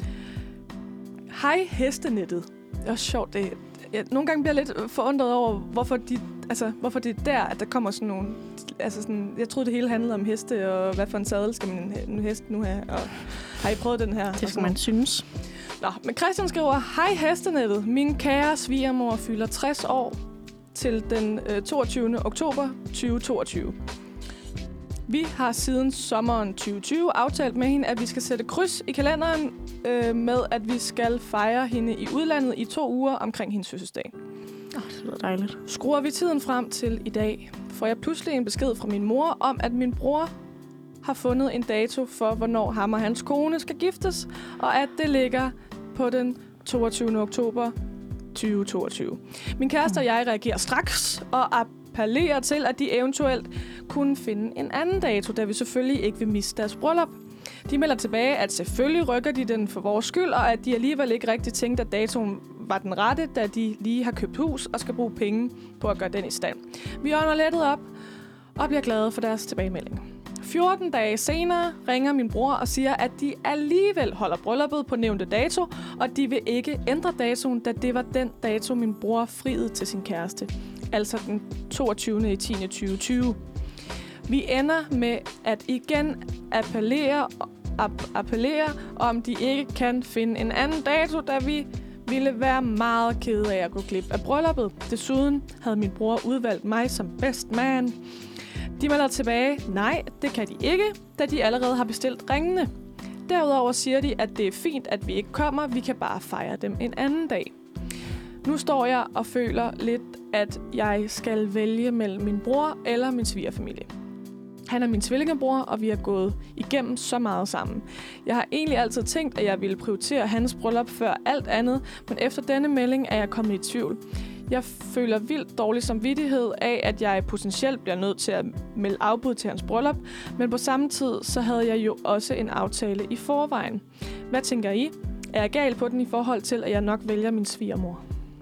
Hej hestenettet. Det er også sjovt. Det, jeg nogle gange bliver jeg lidt forundret over, hvorfor, de, altså, hvorfor det er der, at der kommer sådan nogle... Altså sådan, jeg troede, det hele handlede om heste, og hvad for en sadel skal man en hest nu have? Og har I prøvet den her? Det skal man synes. Nå, men Christian skriver, hej hestenettet. Min kære svigermor fylder tres år til den øh, toogtyvende oktober tyve toogtyve. Vi har siden sommeren tyve tyve aftalt med hende, at vi skal sætte kryds i kalenderen øh, med, at vi skal fejre hende i udlandet i to uger omkring hendes fødselsdag. Åh, oh, det lyder dejligt. Skruer vi tiden frem til i dag, får jeg pludselig en besked fra min mor om, at min bror har fundet en dato for, hvornår ham og hans kone skal giftes, og at det ligger på den toogtyvende oktober tyve toogtyve. Min kæreste og jeg reagerer straks og appellerer til, at de eventuelt kunne finde en anden dato, da vi selvfølgelig ikke vil miste deres bryllup. De melder tilbage, at selvfølgelig rykker de den for vores skyld, og at de alligevel ikke rigtig tænkte, at datoen var den rette, da de lige har købt hus og skal bruge penge på at gøre den i stand. Vi ånder lettet op og bliver glade for deres tilbagemelding. fjorten dage senere ringer min bror og siger, at de alligevel holder brylluppet på nævnte dato, og de vil ikke ændre datoen, da det var den dato, min bror friede til sin kæreste. Altså den toogtyvende i tiende tyve tyve. Vi ender med at igen appellere, app- appellere, om de ikke kan finde en anden dato, da vi ville være meget ked af at gå glip af brylluppet. Desuden havde min bror udvalgt mig som best man. De melder tilbage, nej, det kan de ikke, da de allerede har bestilt ringene. Derudover siger de, at det er fint, at vi ikke kommer, vi kan bare fejre dem en anden dag. Nu står jeg og føler lidt, at jeg skal vælge mellem min bror eller min svigerfamilie. Han er min tvillingebror, og vi har gået igennem så meget sammen. Jeg har egentlig altid tænkt, at jeg ville prioritere hans bryllup før alt andet, men efter denne melding er jeg kommet i tvivl. Jeg føler vildt dårlig samvittighed af, at jeg potentielt bliver nødt til at melde afbud til hans bryllup, men på samme tid så havde jeg jo også en aftale i forvejen. Hvad tænker I? Er jeg gal på den i forhold til, at jeg nok vælger min svigermor?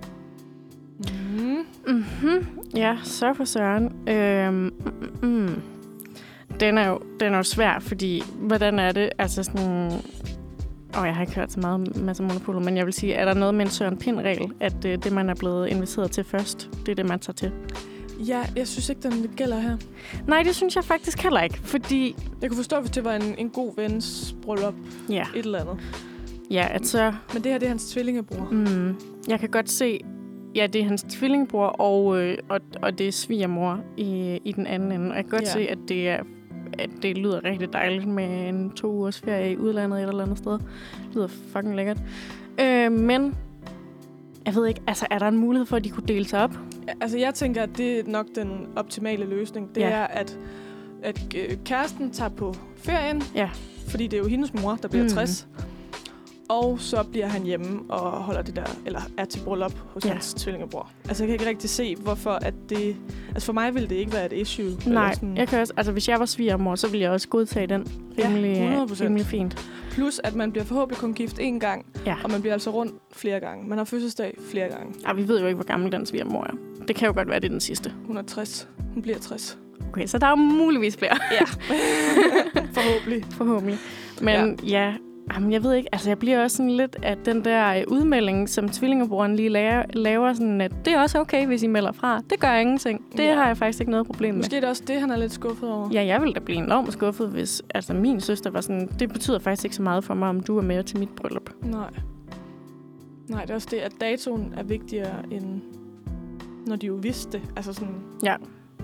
Mm. Mm-hmm. Ja, så for søren. Øhm, mm, mm. Den er jo den er jo svær, fordi hvordan er det? Altså sådan... Åh, oh, jeg har ikke hørt så meget Mads og Monopolet, men jeg vil sige, er der noget med en Søren Pind-regel, at øh, det, man er blevet inviteret til først, det er det, man tager til? Ja, jeg synes ikke, den gælder her. Nej, det synes jeg faktisk heller ikke, fordi... Jeg kunne forstå, hvis det var en, en god vens bryllup, ja. Et eller andet. Ja, at så... Men det her, det er hans tvillingebror. Mm, jeg kan godt se... Ja, det er hans tvillingebror, og, øh, og, og det er svigermor i, i den anden ende. Og jeg kan godt ja. se, at det er... at det lyder rigtig dejligt med en to ugers ferie i udlandet et eller andet sted. Det lyder fucking lækkert. Øh, men jeg ved ikke, altså er der en mulighed for, at de kunne dele sig op? Altså jeg tænker, at det er nok den optimale løsning. Det ja. er, at, at kæresten tager på ferien, ja. fordi det er jo hendes mor, der bliver mm. tres. Og så bliver han hjemme og holder det der, eller er til bryllup hos ja. hans tvillingebror. Altså jeg kan ikke rigtig se, hvorfor at det... Altså for mig ville det ikke være et issue. Nej, sådan. Jeg kan også... Altså hvis jeg var svigermor, så ville jeg også godtage den rimelig, ja, hundrede procent. Rimelig fint. Plus at man bliver forhåbentlig kun gift én gang, ja. og man bliver altså rundt flere gange. Man har fødselsdag flere gange. Ja, vi ved jo ikke, hvor gammel den svigermor er. Det kan jo godt være, det er den sidste. Hun er tres. Hun bliver tres. Okay, så der er jo muligvis flere. Ja. Forhåbentlig. Forhåbentlig. Men ja... ja Jamen, jeg ved ikke. Altså, jeg bliver også sådan lidt, at den der udmelding, som tvillingebroren lige laver, laver sådan, at det er også okay, hvis I melder fra. Det gør ingenting. Det ja. har jeg faktisk ikke noget problem med. Måske er det også det, han er lidt skuffet over. Ja, jeg ville da blive enormt skuffet, hvis altså, min søster var sådan, det betyder faktisk ikke så meget for mig, om du er med til mit bryllup. Nej. Nej, det er også det, at datoen er vigtigere, end når de jo vidste det. Altså sådan... Ja.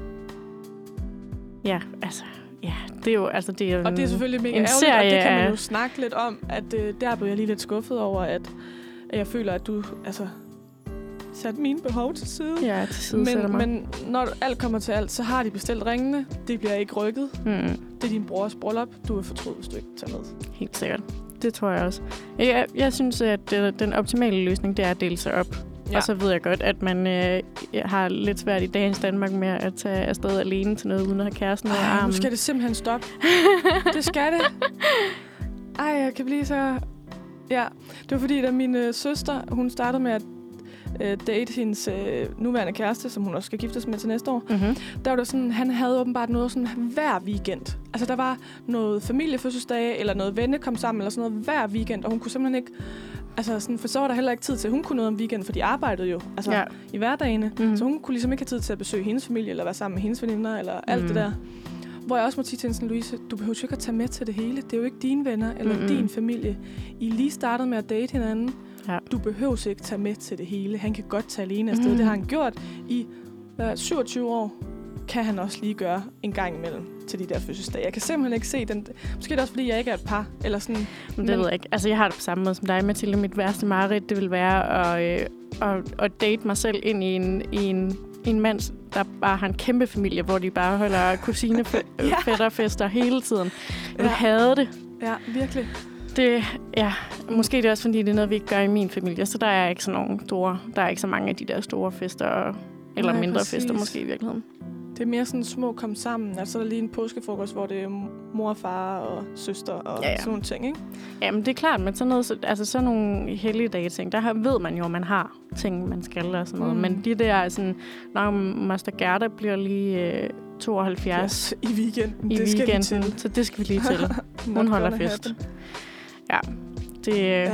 Ja, altså... Ja, det er jo, altså det er jo og det er selvfølgelig mega ærgerligt, og det kan man jo snakke lidt om, at øh, der blev jeg lige lidt skuffet over, at, at jeg føler, at du altså sat mine behov til side. Ja, til side men, men når alt kommer til alt, så har de bestilt ringene. Det bliver ikke rykket. Mm. Det er din brors bryllup. Du er fortrudt, hvis du ikke tager med. Helt sikkert. Det tror jeg også. Jeg, jeg synes, at det, den optimale løsning, det er at dele sig op. Ja. Og så ved jeg godt, at man øh, har lidt svært i dagens Danmark med at tage afsted alene til noget, uden at have kæresten over armen. Nu skal det simpelthen stoppe. Det skal det. Ej, jeg kan blive så... Ja, det var fordi, da min øh, søster, hun startede med at øh, date hendes øh, nuværende kæreste, som hun også skal giftes med til næste år. Mm-hmm. Der var der sådan, han havde åbenbart noget sådan hver weekend. Altså, der var noget familiefødselsdage, eller noget venne kom sammen, eller sådan noget hver weekend, og hun kunne simpelthen ikke... Altså, sådan, for så var der heller ikke tid til, at hun kunne noget om weekenden, for de arbejdede jo altså, ja. i hverdagene. Mm-hmm. Så hun kunne ligesom ikke have tid til at besøge hendes familie, eller være sammen med hendes veninder, eller mm. alt det der. Hvor jeg også må sige til hende, Louise, du behøver jo ikke at tage med til det hele. Det er jo ikke dine venner, eller mm-hmm. din familie. I lige startede med at date hinanden. Ja. Du behøver ikke tage med til det hele. Han kan godt tage alene afsted. Mm-hmm. Det har han gjort i hvad, syvogtyve år. Kan han også lige gøre en gang imellem til de der fødselsdage. Jeg kan simpelthen ikke se den. Måske er det også, fordi jeg ikke er et par. Eller sådan. Men det men... ved jeg ikke. Altså, jeg har det på samme måde som dig, Mathilde. Mit værste mareridt, det vil være at, øh, at, at date mig selv ind i en, i en, i en mand, der bare har en kæmpe familie, hvor de bare holder kusinefætterfester ja. hele tiden. Jeg ja. havde det. Ja, virkelig. Det, ja, måske det er også, fordi det er noget, vi ikke gør i min familie. Så der er ikke så nogle store, der er ikke så mange af de der store fester, eller Nej, mindre præcis. fester måske i virkeligheden. Det er mere sådan små kom sammen. Altså der er lige en påskefrokost, hvor det er mor, far og søster og ja, ja. sådan nogle ting, ikke? Jamen det er klart, men sådan noget, altså sådan nogle helligdage ting, der ved man jo, at man har ting, man skal og sådan noget. Mm. Men de der sådan, når Master Gerda bliver lige øh, tooghalvfjerds yes, i weekenden, i det weekenden, skal vi til. Så det skal vi lige til. Hun holder fest. Ja, det... Øh... Ja.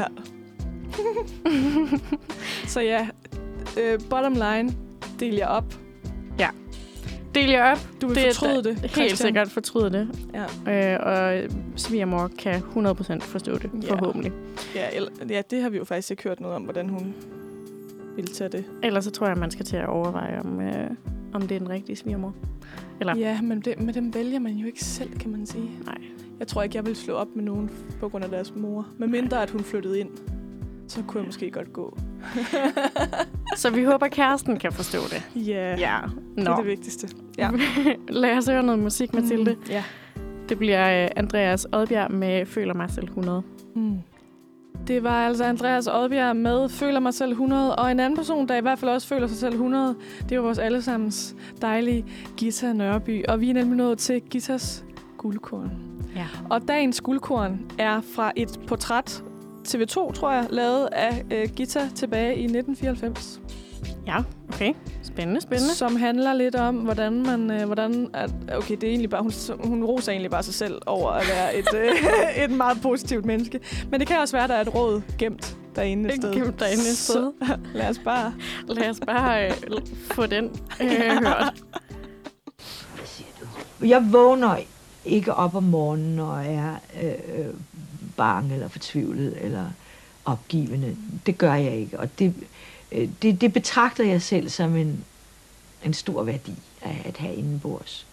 Så ja, øh, bottom line, del jer op. Ja. del jer op. Du vil det, fortryde det, Helt Christian. sikkert fortryde det. Ja. Øh, og svigermor kan hundrede procent forstå det, Ja. forhåbentlig. Ja, eller, ja, det har vi jo faktisk ikke hørt noget om, hvordan hun vil tage det. Ellers så tror jeg, man skal til at overveje, om, øh, om det er den rigtige svigermor. Eller? Ja, men det, med dem vælger man jo ikke selv, kan man sige. Nej. Jeg tror ikke, jeg vil slå op med nogen på grund af deres mor. Med mindre, at hun flyttede ind, så kunne jeg måske godt gå. Så vi håber, kæresten kan forstå det. Ja, ja. det er det vigtigste. Ja. Lad os høre noget musik, Mathilde. Mm, ja. Det bliver uh, Andreas Odbjerg med Føler mig selv hundrede. Mm. Det var altså Andreas Odbjerg med Føler mig selv hundrede, og en anden person, der i hvert fald også føler sig selv hundrede, det var vores allesammens dejlige Gita Nørby. Og vi er nemlig nået til Gitas guldkorn. Ja. Og dagens guldkorn er fra et portræt, T V to, tror jeg, lavet af øh, Gita tilbage i nitten fireoghalvfems. Ja, okay. Spændende, spændende. Som handler lidt om, hvordan man... Øh, hvordan at, okay, det er egentlig bare... Hun, hun roser egentlig bare sig selv over at være et, øh, et meget positivt menneske. Men det kan også være, at der er et råd gemt derinde et sted. Gemt derinde et sted. Så lad os bare... lad os bare øh, få den øh, hørt. Hvad siger du? Jeg vågner ikke op om morgenen, når jeg er øh, bange eller fortvivlet eller opgivende. Det gør jeg ikke. Og det... Det, det betragter jeg selv som en, en stor værdi at have indenbords.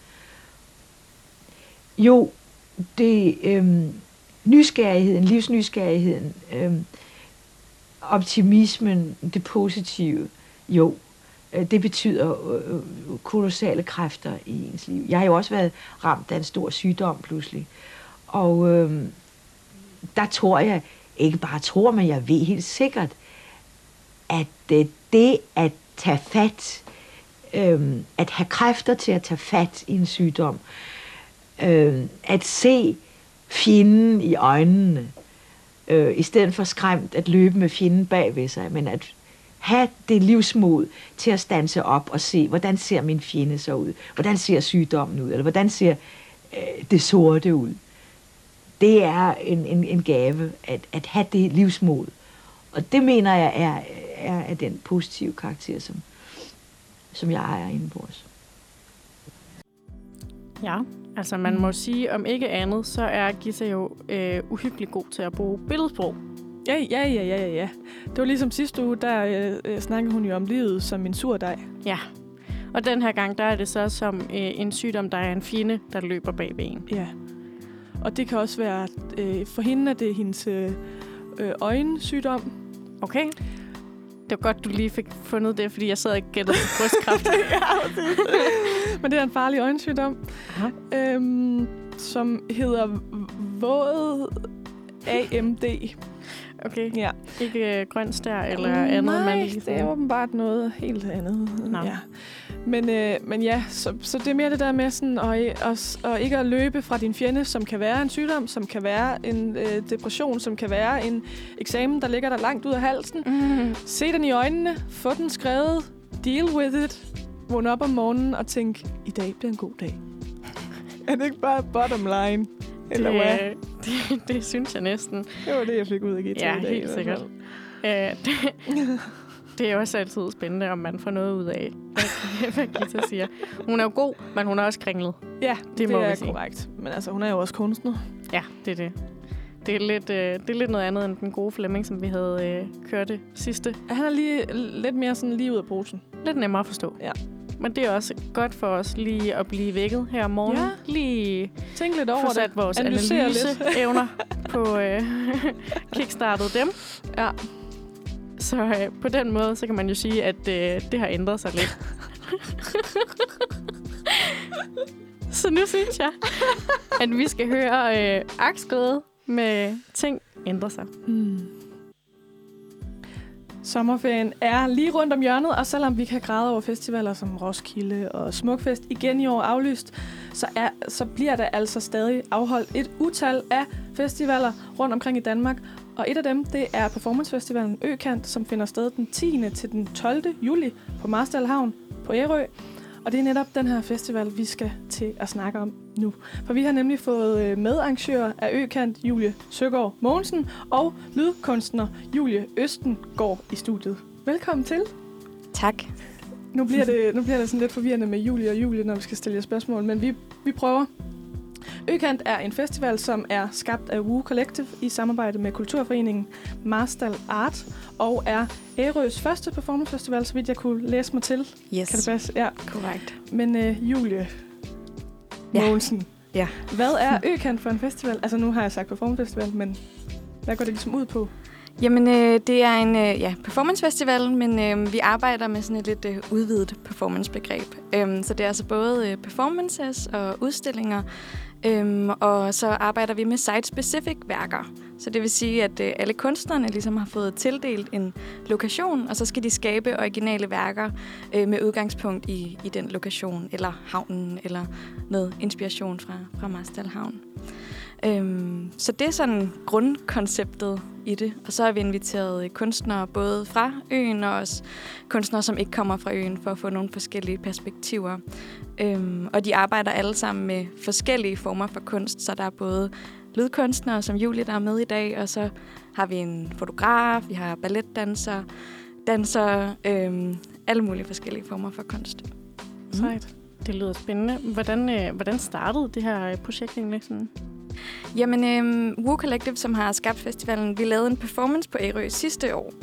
Jo, det øhm, nysgerrigheden, livsnysgerrigheden, øhm, optimismen, det positive, jo, øh, det betyder øh, kolossale kræfter i ens liv. Jeg har jo også været ramt af en stor sygdom pludselig. Og øhm, der tror jeg, ikke bare tror, men jeg ved helt sikkert, at øh, det at tage fat, øh, at have kræfter til at tage fat i en sygdom, øh, at se fjenden i øjnene, øh, i stedet for skræmt at løbe med fjenden bag ved sig, men at have det livsmod til at standse op og se, hvordan ser min fjende så ud, hvordan ser sygdommen ud, eller hvordan ser øh, det sorte ud. Det er en, en, en gave at, at have det livsmod. Og det mener jeg er, er af den positive karakter, som, som jeg ejer indenbords. Ja, altså man må sige, om ikke andet, så er Gita jo øh, uhyggeligt god til at bruge billedsprog. Ja, ja, ja, ja, ja. Det var ligesom sidste uge, der øh, snakkede hun jo om livet som en surdej. Ja, og den her gang, der er det så som øh, en sygdom, der er en fjende, der løber bag ved en. Ja, og det kan også være, øh, for hende er det hendes øh, øjensygdom. Okay. Det var godt, du lige fik fundet det, fordi jeg sad ikke gættet på brystkræft. Ja, det. Men det er en farlig øjensygdom, øhm, som hedder våd A M D. Okay. Ja. Ikke øh, grøn stær eller Nej, andet? Man lige det er åbenbart noget helt andet. Nå. Ja. Men, øh, men ja, så, så det er mere det der med sådan, at, at, at ikke at løbe fra din fjende, som kan være en sygdom, som kan være en øh, depression, som kan være en eksamen, der ligger der langt ud af halsen. Mm. Se den i øjnene, få den skrevet, deal with it, vågn op om morgenen og tænk, i dag bliver en god dag. Er det ikke bare bottom line? Eller det, hvad? Det, det synes jeg næsten. Det var det, jeg fik ud af Gita ja, i dag. Ja, helt sikkert. Uh, det, det er også altid spændende, om man får noget ud af, hvad, hvad Gita siger. Hun er jo god, men hun er også kringlet. Ja, det, det må er vi sige. korrekt. Men altså, hun er jo også kunstner. Ja, det er det. Det er lidt, øh, det er lidt noget andet end den gode Flemming, som vi havde øh, kørt det sidste. Han er lige lidt mere sådan lige ud af posen. Lidt nemmere at forstå. Ja. Men det er også godt for os lige at blive vækket her om morgenen. Ja. Lige tænk lidt over få sat det. vores analyseevner på øh, kickstartet dem. Ja. Så øh, på den måde, så kan man jo sige, at øh, det har ændret sig lidt. Så nu synes jeg, at vi skal høre øh, Aksglæde med Ting ændrer sig. Hmm. Sommerferien er lige rundt om hjørnet, og selvom vi kan græde over festivaler som Roskilde og Smukfest igen i år aflyst, så, er, så bliver der altså stadig afholdt et utal af festivaler rundt omkring i Danmark. Og et af dem, det er Performancefestivalen Økant, som finder sted den tiende til den tolvte juli på Marstal Havn på Ærø. Og det er netop den her festival, vi skal til at snakke om nu. For vi har nemlig fået medarrangør af Økant, Julie Søgaard Mogensen, og lydkunstner Julie Østengård i studiet. Velkommen til. Tak. Nu bliver, det, nu bliver det sådan lidt forvirrende med Julie og Julie, når vi skal stille jer spørgsmål, men vi, vi prøver. Økant er en festival, som er skabt af Woo Collective i samarbejde med kulturforeningen Marstal Art, og er Ærøs første performancefestival, så vidt jeg kunne læse mig til. Yes. Kan det passe? Ja, korrekt. Men uh, Julie Mogensen, ja. ja. hvad er Økant for en festival? Altså nu har jeg sagt performancefestival, men hvad går det ligesom ud på? Jamen, øh, det er en øh, ja, performancefestival, men øh, vi arbejder med sådan et lidt øh, udvidet performancebegreb. Øhm, så det er altså både øh, performances og udstillinger, øhm, og så arbejder vi med site-specific værker. Så det vil sige, at øh, alle kunstnerne ligesom har fået tildelt en lokation, og så skal de skabe originale værker øh, med udgangspunkt i, i den lokation, eller havnen, eller noget inspiration fra, fra Marstal Havn. Øhm, så det er sådan grundkonceptet i det. Og så har vi inviteret kunstnere både fra øen og også kunstnere, som ikke kommer fra øen, for at få nogle forskellige perspektiver. Øhm, og de arbejder alle sammen med forskellige former for kunst, så der er både lydkunstnere, som Julie, der er med i dag, og så har vi en fotograf, vi har balletdansere, dansere, øhm, alle mulige forskellige former for kunst. Sejt. Mm. Det lyder spændende. Hvordan, øh, hvordan startede det her projekt egentlig sådan? Jamen, øhm, Woo Collective, som har skabt festivalen, vi lavede en performance på Ærø sidste år.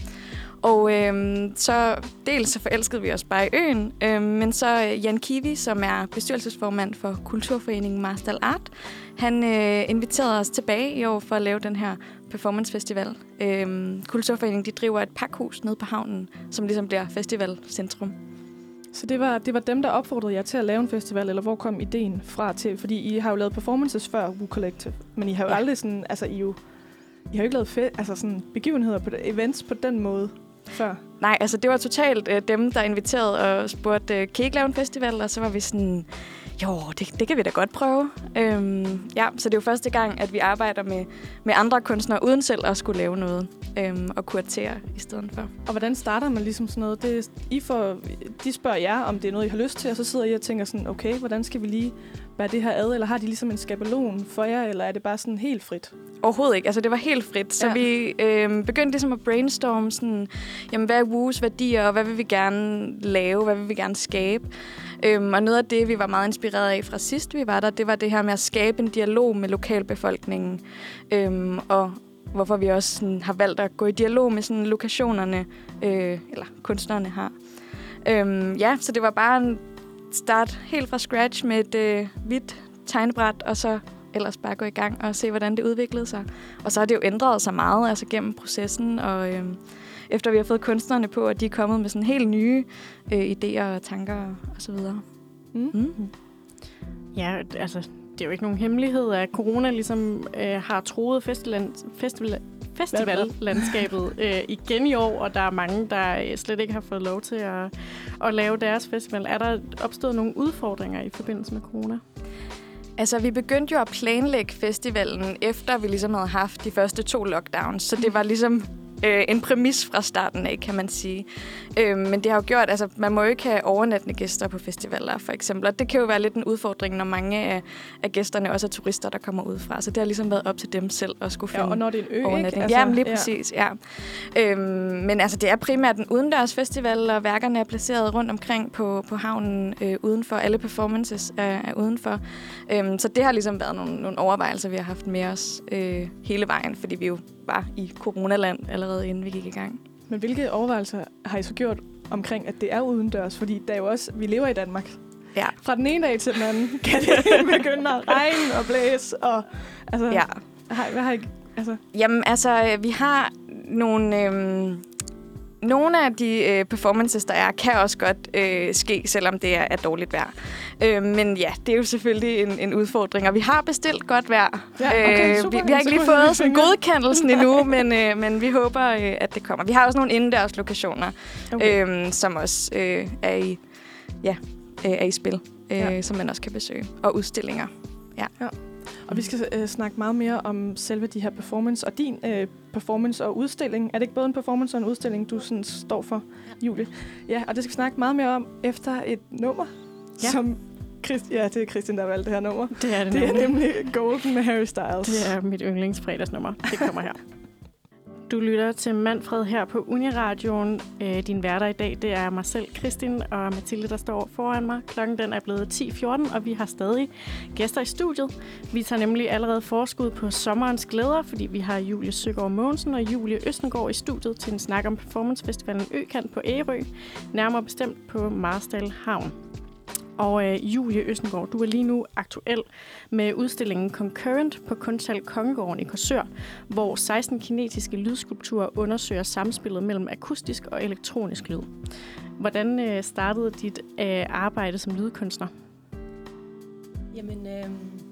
Og øhm, så dels så forelskede vi os bare i øen, øhm, men så Jan Kiwi, som er bestyrelsesformand for kulturforeningen Marstal Art, han øh, inviterede os tilbage i år for at lave den her performancefestival. Øhm, kulturforeningen, de driver et pakhus nede på havnen, som ligesom bliver festivalcentrum. Så det var, det var dem, der opfordrede jer til at lave en festival, eller hvor kom ideen fra til? Fordi I har jo lavet performances før Woo Collective, men I har jo ja. aldrig sådan, altså I, jo, I har jo ikke lavet fe- altså sådan begivenheder, på events på den måde før. Nej, altså det var totalt øh, dem, der inviterede og spurgte, øh, kan I ikke lave en festival? Og så var vi sådan, jo, det, det kan vi da godt prøve. Øhm, ja, så det er jo første gang, at vi arbejder med, med andre kunstnere, uden selv at skulle lave noget øhm, og kuratere i stedet for. Og hvordan starter man ligesom sådan noget? Det, I får, de spørger jer, om det er noget, I har lyst til, og så sidder I og tænker sådan, okay, hvordan skal vi lige bære det her ad? Eller har de ligesom en skabelon for jer, eller er det bare sådan helt frit? Overhovedet ikke. Altså, det var helt frit. Så ja. vi øh, begyndte ligesom at brainstorme sådan, jamen, hvad er Woos værdier, og hvad vil vi gerne lave, hvad vil vi gerne skabe? Øhm, og noget af det, vi var meget inspireret af fra sidst, vi var der, det var det her med at skabe en dialog med lokalbefolkningen. Øhm, og hvorfor vi også sådan, har valgt at gå i dialog med sådan, lokationerne, øh, eller kunstnerne har. Øhm, ja, så det var bare en start helt fra scratch med et øh, hvidt tegnebræt, og så ellers bare gå i gang og se, hvordan det udviklede sig. Og så har det jo ændret sig meget altså gennem processen, og øh, efter vi har fået kunstnerne på, at de er kommet med sådan helt nye øh, idéer og tanker og så videre. Mm. Mm. Ja, altså, det er jo ikke nogen hemmelighed, at corona ligesom øh, har truet festival, festival, festivallandskabet øh, igen i år, og der er mange, der slet ikke har fået lov til at, at lave deres festival. Er der opstået nogle udfordringer i forbindelse med corona? Altså, vi begyndte jo at planlægge festivalen, efter vi ligesom havde haft de første to lockdowns, så det var ligesom øh, en præmis fra starten af, kan man sige. Øh, men det har jo gjort, altså, man må jo ikke have overnattende gæster på festivaler, for eksempel. Og det kan jo være lidt en udfordring, når mange af, af gæsterne også er turister, der kommer udefra. Så det har ligesom været op til dem selv at skulle finde ja, og når det er en ø, overnatning. Altså, ja, lige præcis, ja. ja. Øhm, men altså, det er primært en udendørs festival, og værkerne er placeret rundt omkring på, på havnen øh, udenfor. Alle performances er, er udenfor. Øhm, så det har ligesom været nogle, nogle overvejelser, vi har haft med os øh, hele vejen, fordi vi jo var i coronaland allerede inden vi gik i gang. Men hvilke overvejelser har I så gjort omkring, at det er udendørs? Fordi der er jo også, vi lever i Danmark. Ja. Fra den ene dag til den anden kan det begynde at regne og blæse. Og, altså, ja. Har, hvad har I, altså? Jamen, altså, vi har nogle... Øhm Nogle af de øh, performances, der er, kan også godt øh, ske, selvom det er, er dårligt vejr. Øh, men ja, det er jo selvfølgelig en, en udfordring, og vi har bestilt godt vejr. Ja, okay, super, øh, vi, vi har ikke lige fået sådan godkendelsen endnu, men, øh, men vi håber, øh, at det kommer. Vi har også nogle indendørs lokationer, okay. øh, som også øh, er, i, ja, øh, er i spil, øh, ja. som man også kan besøge. Og udstillinger. Ja. ja. Og vi skal øh, snakke meget mere om selve de her performance, og din øh, performance og udstilling. Er det ikke både en performance og en udstilling, du sådan står for, Julie? Ja, og det skal vi snakke meget mere om efter et nummer, ja. som... Christ, ja, det er Christian, der har valgt det her nummer. Det er det, det er nemlig Golden med Harry Styles. Det er mit yndlingsfredagsnummer. Det kommer her. Du lytter til Manfred her på Uniradioen. Øh, din værter i dag, det er mig selv, Kristin, og Mathilde, der står foran mig. Klokken den er blevet ti fjorten, og vi har stadig gæster i studiet. Vi tager nemlig allerede forskud på sommerens glæder, fordi vi har Julie Søgaard Mogensen og Julie Østengård i studiet til en snak om performancefestivalen Økant på Ærø, nærmere bestemt på Marstal Havn. Og øh, Julie Østengård, du er lige nu aktuel med udstillingen Concurrent på Kunsthal Kongegården i Korsør, hvor seksten kinetiske lydskulpturer undersøger samspillet mellem akustisk og elektronisk lyd. Hvordan øh, startede dit øh, arbejde som lydkunstner? Jamen, øh,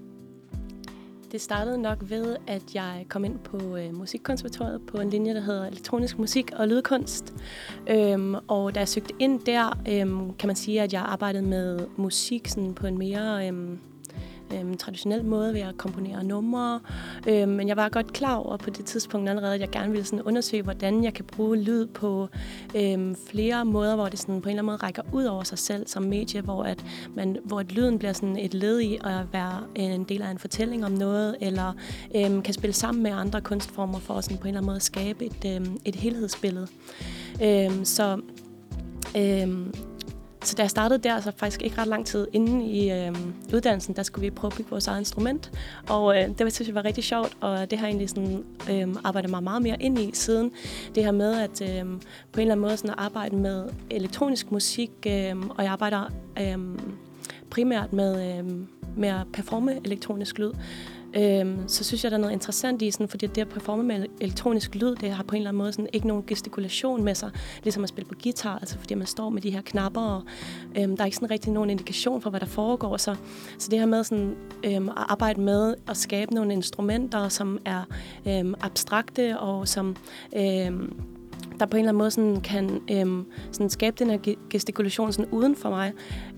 det startede nok ved, at jeg kom ind på øh, Musikkonservatoriet på en linje, der hedder elektronisk musik og lydkunst. Øhm, og da jeg søgte ind der, øhm, kan man sige, at jeg arbejdede med musik sådan på en mere øhm, øhm, traditionel måde ved at komponere numre. Øhm, men jeg var godt klar over på det tidspunkt allerede, at jeg gerne ville sådan undersøge, hvordan jeg kan bruge lyd på øhm, flere måder, hvor det sådan på en eller anden måde rækker ud over sig selv som medie, hvor, at man, hvor at lyden bliver sådan et led i at være en del af en fortælling om noget, eller øhm, kan spille sammen med andre kunstformer for sådan på en eller anden måde at skabe et, øhm, et helhedsbillede. Øhm, så, øhm, så da jeg startede der, så faktisk ikke ret lang tid inden i øhm, uddannelsen, der skulle vi prøve at bygge vores eget instrument. Og øh, det synes jeg var rigtig sjovt, og det har jeg egentlig sådan, øhm, arbejdet mig meget mere ind i siden. Det her med at øhm, på en eller anden måde sådan at arbejde med elektronisk musik, øhm, og jeg arbejder øhm, primært med, øhm, med at performe elektronisk lyd. Øhm, så synes jeg, der er noget interessant i, sådan, fordi det at performe med elektronisk lyd, det har på en eller anden måde sådan, ikke nogen gestikulation med sig, ligesom at spille på guitar, altså fordi man står med de her knapper, og øhm, der er ikke sådan rigtig nogen indikation for, hvad der foregår. Så, så det her med sådan, øhm, at arbejde med at skabe nogle instrumenter, som er øhm, abstrakte, og som øhm, der på en eller anden måde sådan, kan øhm, sådan skabe den her gestikulation sådan, uden for mig.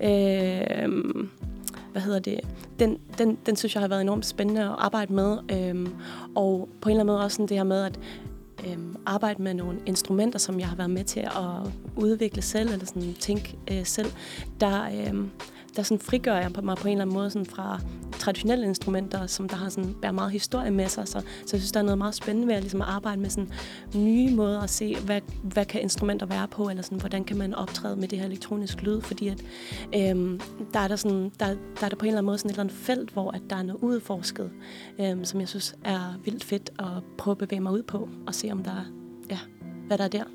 Øhm, hvad hedder det, den, den, den synes jeg har været enormt spændende at arbejde med, øhm, og på en eller anden måde også sådan det her med at øhm, arbejde med nogle instrumenter, som jeg har været med til at udvikle selv, eller sådan tænke øh, selv, der, øhm, der sådan frigør jeg på mig på en eller anden måde sådan fra traditionelle instrumenter, som der har sådan bærer meget historie med sig, så, så jeg synes, der er noget meget spændende ved at, ligesom at arbejde med sådan nye måder at se, hvad, hvad kan instrumenter være på, eller sådan, hvordan kan man optræde med det her elektronisk lyd, fordi at, øhm, der, er der, sådan, der, der er der på en eller anden måde sådan et eller andet felt, hvor at der er noget udforsket, øhm, som jeg synes er vildt fedt at prøve at bevæge mig ud på, og se om der er, ja, hvad der er der.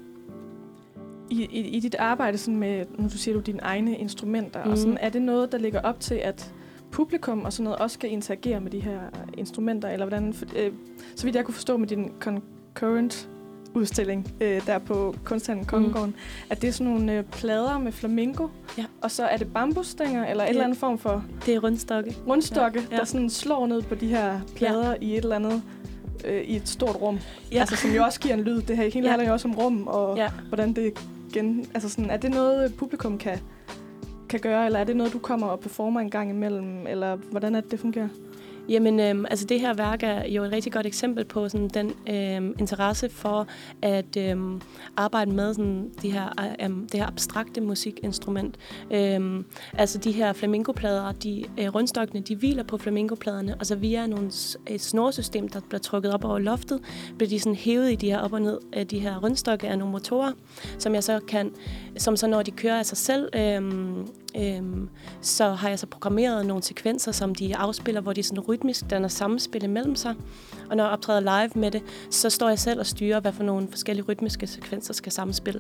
I, i, I dit arbejde sådan med, nu du siger du, dine egne instrumenter, mm. og sådan, er det noget, der ligger op til, at publikum og sådan noget også skal interagere med de her instrumenter, eller hvordan, for, øh, så vidt jeg kunne forstå med din Concurrent udstilling øh, der på Kunsthal Kongegården, mm. at det er sådan nogle øh, plader med flamingo, ja. Og så er det bambusstænger, eller ja. Et eller andet form for... Det er rundstokke. Rundstokke, ja. Ja. der sådan slår ned på de her plader ja. I et eller andet, øh, i et stort rum, ja. Altså som jo også giver en lyd. Det her hele ja. Handler jo også om rum, og ja. Hvordan det gen... Altså sådan, er det noget, publikum kan... kan gøre, eller er det noget, du kommer og performer en gang imellem, eller hvordan er det, det fungerer? Jamen, øhm, altså det her værk er jo et rigtig godt eksempel på sådan den øhm, interesse for at øhm, arbejde med sådan de her, øhm, det her abstrakte musikinstrument. Øhm, altså de her flamingoplader, de øh, rundstokkene, de hviler på flamingopladerne, og så via nogle, et snorsystem, der bliver trukket op over loftet, bliver de sådan hævet i de her op og ned af de her rundstokke af nogle motorer, som jeg så kan, som så når de kører af sig selv, øhm, øhm, så har jeg så programmeret nogle sekvenser, som de afspiller, hvor de sådan rytmisk danner sammenspil imellem sig. Og når jeg optræder live med det, så står jeg selv og styrer, hvad for nogle forskellige rytmiske sekvenser skal sammenspille.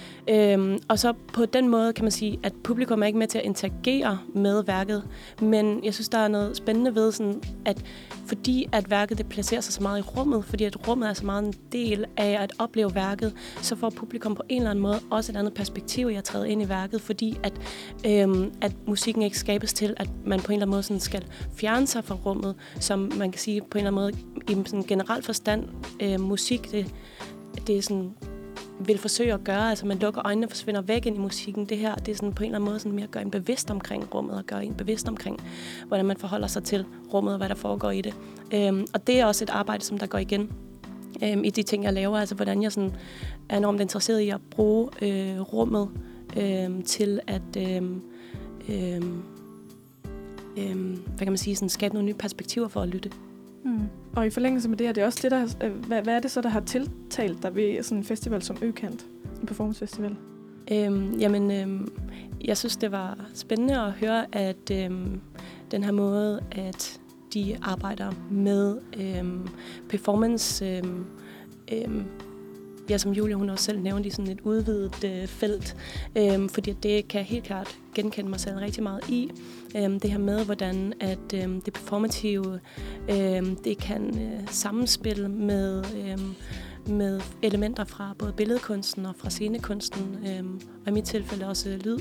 Øhm, og så på den måde kan man sige, at publikum er ikke med til at interagere med værket, men jeg synes, der er noget spændende ved, sådan, at fordi at værket det placerer sig så meget i rummet, fordi at rummet er så meget en del af at opleve værket, så får publikum på en eller anden måde også et andet perspektiv i at træde ind i værket, fordi at, øhm, at musikken ikke skabes til, at man på en eller anden måde sådan skal fjerne sig fra rummet, som man kan sige på en eller anden måde i sådan generel forstand, øh, musik, det, det er sådan vil forsøge at gøre, altså man lukker øjnene og forsvinder væk ind i musikken. Det her, det er sådan på en eller anden måde sådan mere at gøre en bevidst omkring rummet, og gøre en bevidst omkring, hvordan man forholder sig til rummet, og hvad der foregår i det. Øhm, og det er også et arbejde, som der går igen øhm, i de ting, jeg laver, altså hvordan jeg sådan er enormt interesseret i at bruge øh, rummet øh, til at øh, øh, øh, hvad kan man sige, sådan skabe nogle nye perspektiver for at lytte. Mm. Og i forlængelse med det her, det er også det, der, øh, hvad, hvad er det så, der har tiltalt dig ved sådan en festival som Økant, en performancefestival? Øhm, jamen, øhm, jeg synes, det var spændende at høre, at øhm, den her måde, at de arbejder med øhm, performance, øhm, øhm, ja, som Julie hun også selv nævnte, i sådan et udvidet øh, felt, øhm, fordi det kan jeg helt klart genkende mig selv rigtig meget i. Øhm, det her med, hvordan at øhm, det performative, øhm, det kan øh, sammenspille med, øhm, med elementer fra både billedkunsten og fra scenekunsten, øhm, og i mit tilfælde også lyd.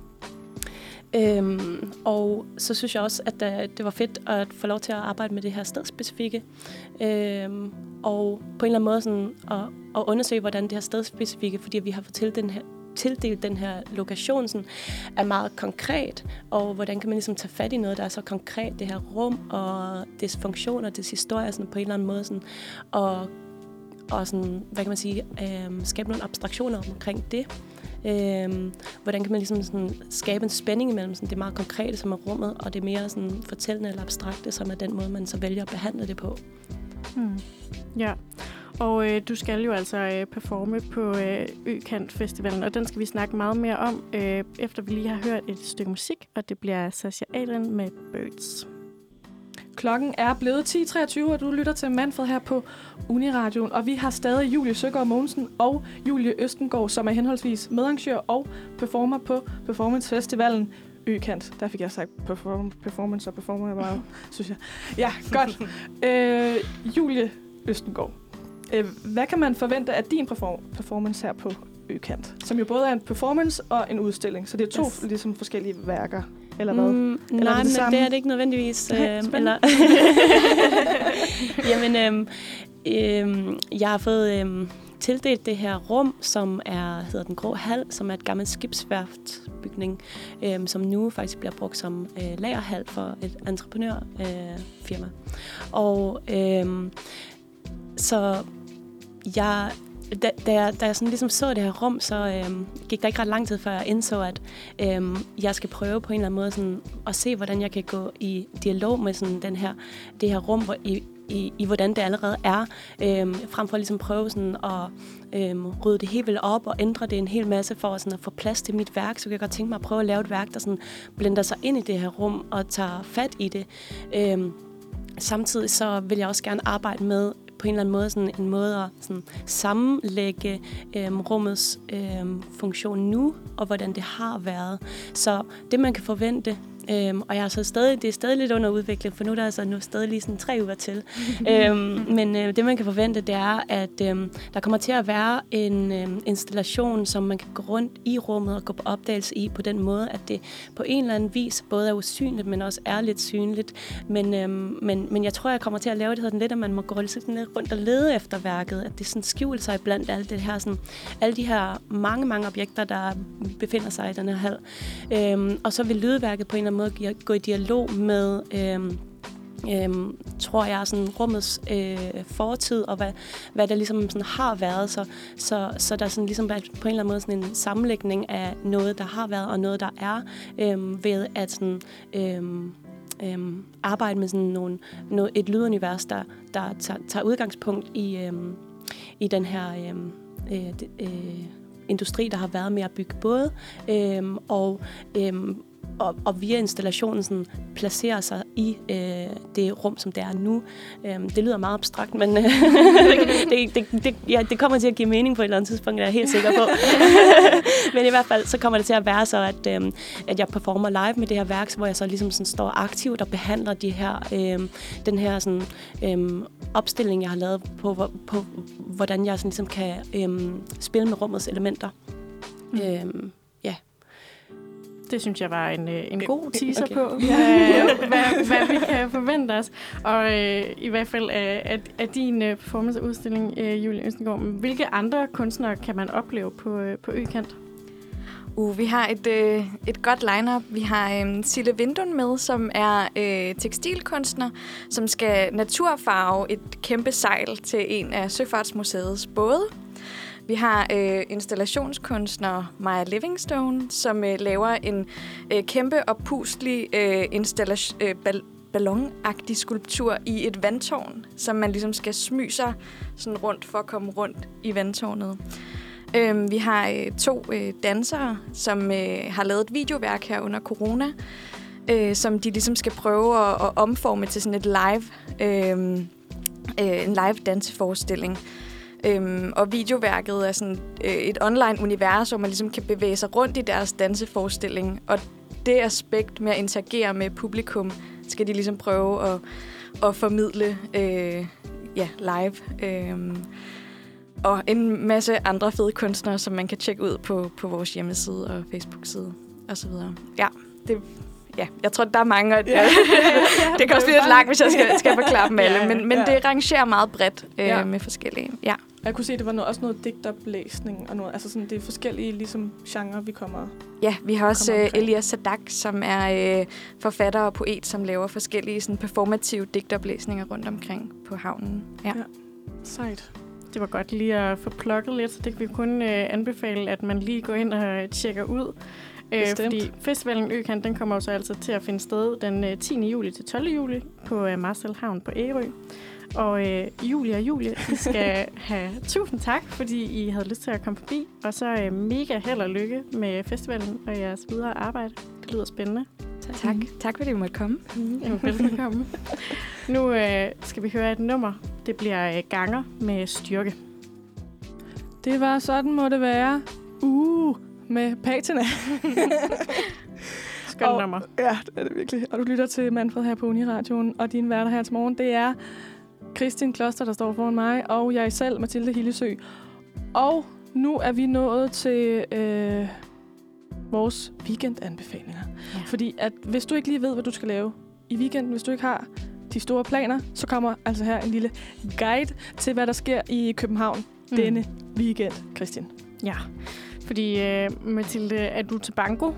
Øhm, og så synes jeg også, at det var fedt at få lov til at arbejde med det her stedspecifikke. Øhm, og på en eller anden måde sådan at, at undersøge, hvordan det her stedspecifikke, fordi vi har fået til den her, tildelt den her lokation, sådan, er meget konkret. Og hvordan kan man ligesom tage fat i noget, der er så konkret, det her rum og dets funktioner, dets historie, sådan, på en eller anden måde. Sådan, og, og sådan, hvad kan man sige, øhm, skabe nogle abstraktioner omkring det. Øhm, hvordan kan man ligesom sådan skabe en spænding imellem sådan det meget konkrete, som er rummet, og det mere sådan fortællende eller abstrakte, som er den måde, man så vælger at behandle det på. Hmm. Ja, og øh, du skal jo altså øh, performe på øh, Økant Festivalen, og den skal vi snakke meget mere om, øh, efter vi lige har hørt et stykke musik, og det bliver Sascha Adrian med Birds. Klokken er blevet ti treogtyve, og du lytter til Manfred her på Uniradioen. Og vi har stadig Julie Søgaard Mogensen og Julie Østengård, som er henholdsvis medarrangør og performer på Performance Festivalen Økant. Der fik jeg sagt perform- performance og performer meget, synes jeg. Ja, godt. øh, Julie Østengård, øh, hvad kan man forvente af din perform- performance her på Økant? Som jo både er en performance og en udstilling, så det er to yes. ligesom forskellige værker. Eller hvad? Mm, eller nej, det, det men det er det ikke nødvendigvis. Okay, øh, eller Jamen, øhm, øhm, jeg har fået øhm, tildelt det her rum, som er hedder Den Grå Hal, som er et gammelt skibsværftbygning, øhm, som nu faktisk bliver brugt som øh, lagerhal for et entreprenørfirma. Øh, og øhm, så jeg... Da, da, jeg, da jeg sådan ligesom så det her rum, så øhm, gik der ikke ret lang tid, før jeg indså, at øhm, jeg skal prøve på en eller anden måde sådan, at se, hvordan jeg kan gå i dialog med sådan, den her, det her rum, hvor, i, i, i hvordan det allerede er, øhm, frem for at ligesom prøve sådan, at øhm, rydde det helt vildt op og ændre det en hel masse for sådan, at få plads til mit værk. Så kan jeg godt tænke mig at prøve at lave et værk, der sådan, blender sig ind i det her rum og tager fat i det. Øhm, samtidig så vil jeg også gerne arbejde med på en eller anden måde sådan en måde at sådan sammenlægge øhm, rummets øhm, funktion nu, og hvordan det har været. Så det, man kan forvente, øhm, og jeg er så stadig, det er stadig lidt under udvikling, for nu er der altså nu stadig lige sådan tre uger til. øhm, men øh, det, man kan forvente, det er, at øhm, der kommer til at være en øhm, installation, som man kan gå rundt i rummet og gå på opdagelse i på den måde, at det på en eller anden vis både er usynligt, men også er lidt synligt. Men, øhm, men, men jeg tror, jeg kommer til at lave det sådan lidt, at man må gå lidt rundt og lede efter værket, at det sådan skjuler sig blandt alle, det her, sådan, alle de her mange, mange objekter, der befinder sig i den her hal. Øhm, og så vil lydværket på en eller anden måde gå i dialog med, øhm, øhm, tror jeg, sådan rummets øh, fortid, og hvad, hvad der ligesom sådan har været. Så, så, så der sådan ligesom på en eller anden måde sådan en sammenlægning af noget, der har været, og noget, der er, øhm, ved at sådan, øhm, øhm, arbejde med sådan nogle, noget, et lydunivers, der, der tager, tager udgangspunkt i, øhm, i den her øhm, øh, øh, industri, der har været med at bygge både, øhm, og øhm, Og, og via installationen sådan, placerer sig i øh, det rum, som det er nu. Øhm, det lyder meget abstrakt, men øh, det, det, det, ja, det kommer til at give mening på et eller andet tidspunkt, det er jeg helt sikker på. Men i hvert fald, så kommer det til at være så, at, øh, at jeg performer live med det her værk, hvor jeg så ligesom sådan, står aktivt og behandler de her, øh, den her sådan, øh, opstilling, jeg har lavet på, på, på hvordan jeg sådan, ligesom kan øh, spille med rummets elementer. Mm. Øh, ja. Det synes jeg var en, en god teaser okay. på, hvad, hvad, hvad vi kan forvente os. Og øh, i hvert fald af, af din uh, performanceudstilling, uh, Julie Østengård, hvilke andre kunstnere kan man opleve på, uh, på Økant? Uh, vi har et, øh, et godt line-up. Vi har øh, Sille Vindun med, som er øh, tekstilkunstner, som skal naturfarve et kæmpe sejl til en af Søfartsmuseets både. Vi har øh, installationskunstner Maja Livingstone, som øh, laver en øh, kæmpe oppustelig øh, installation, øh, bal- ballonagtig skulptur i et vandtårn, som man ligesom skal smyge sig sådan rundt for at komme rundt i vandtårnet. Øhm, vi har øh, to øh, dansere, som øh, har lavet et videoværk her under corona, øh, som de ligesom skal prøve at, at omforme til sådan et live, øh, øh, en live danseforestilling. Øhm, og videoværket er sådan øh, et online univers, hvor man ligesom kan bevæge sig rundt i deres danseforestilling. Og det aspekt med at interagere med publikum, skal de ligesom prøve at, at formidle øh, ja, live. Øh, og en masse andre fede kunstnere, som man kan tjekke ud på, på vores hjemmeside og Facebook-side osv. Ja, det Ja, jeg tror, der er mange, og ja. det kan også blive lidt langt, hvis jeg skal, skal forklare dem alle, men, men ja. det rangerer meget bredt øh, ja. med forskellige. Ja. Jeg kunne se, at det var noget, også noget digtoplæsning, og noget, altså sådan, det er forskellige ligesom, genrer, vi kommer. Ja, vi har også øh, Elias Sadak, som er øh, forfatter og poet, som laver forskellige sådan, performative digtoplæsninger rundt omkring på havnen. Ja. Ja. Sejt. Det var godt lige at få plukket lidt, så det kan vi kun øh, anbefale, at man lige går ind og tjekker ud. Øh, fordi festivalen Økant, den kommer jo så altså til at finde sted den øh, tiende juli til tolvte juli på øh, Marstal Havn på Ærø. Og øh, Julie og Julie, I skal have tusind tak, fordi I havde lyst til at komme forbi. Og så øh, mega held og lykke med festivalen og jeres videre arbejde. Det lyder spændende. Tak. Tak, tak fordi I måtte komme. Mm, ja, velkommen. Nu øh, skal vi høre et nummer. Det bliver øh, Ganger med Styrke. Det var sådan må det være. Uh, med Patina. Skønt nummer. Ja, det er det virkelig. Og du lytter til Manfred her på Uniradioen, og din værter her til morgen, det er Kristin Kloster, der står foran mig, og jeg selv, Mathilde Hillesø. Og nu er vi nået til øh, vores weekendanbefalinger. Ja. Fordi at hvis du ikke lige ved, hvad du skal lave i weekenden, hvis du ikke har de store planer, så kommer altså her en lille guide til, hvad der sker i København mm. denne weekend, Kristin. Ja, fordi øh, Mathilde, er du til banko?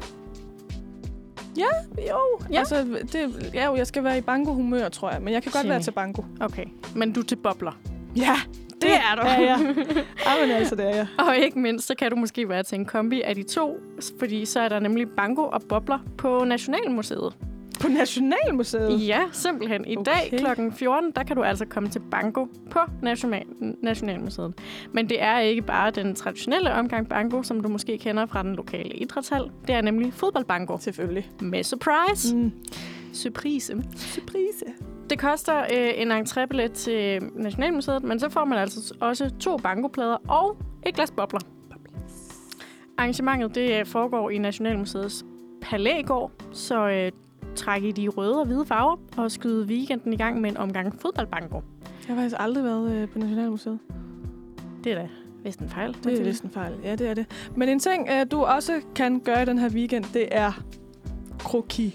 Ja, jo. Ja. Altså, det, ja, jeg skal være i banko-humør, tror jeg. Men jeg kan godt Se. være til banko. Okay, men du er til bobler? Ja, det, det er du. Ja, ja. Ja, men altså, det er jeg. Og ikke mindst, så kan du måske være til en kombi af de to. Fordi så er der nemlig banko og bobler på Nationalmuseet. På Nationalmuseet? Ja, simpelthen. I okay. dag klokken fjorten, der kan du altså komme til banko på National- Nationalmuseet. Men det er ikke bare den traditionelle omgang banko, som du måske kender fra den lokale idrætshal. Det er nemlig fodboldbanko. Selvfølgelig. Med surprise. Mm. Surprise. Surprise. Det koster øh, en entrébillet til Nationalmuseet, men så får man altså også to bankoplader og et glas bobler. Arrangementet det foregår i Nationalmuseets palægård, så øh, træk i de røde og hvide farver og skyde weekenden i gang med en omgang fodboldbanko. Jeg har faktisk aldrig været øh, på Nationalmuseet. Det er da vist en fejl. Det er vist en fejl, ja, det er det. Men en ting, øh, du også kan gøre i den her weekend, det er kroki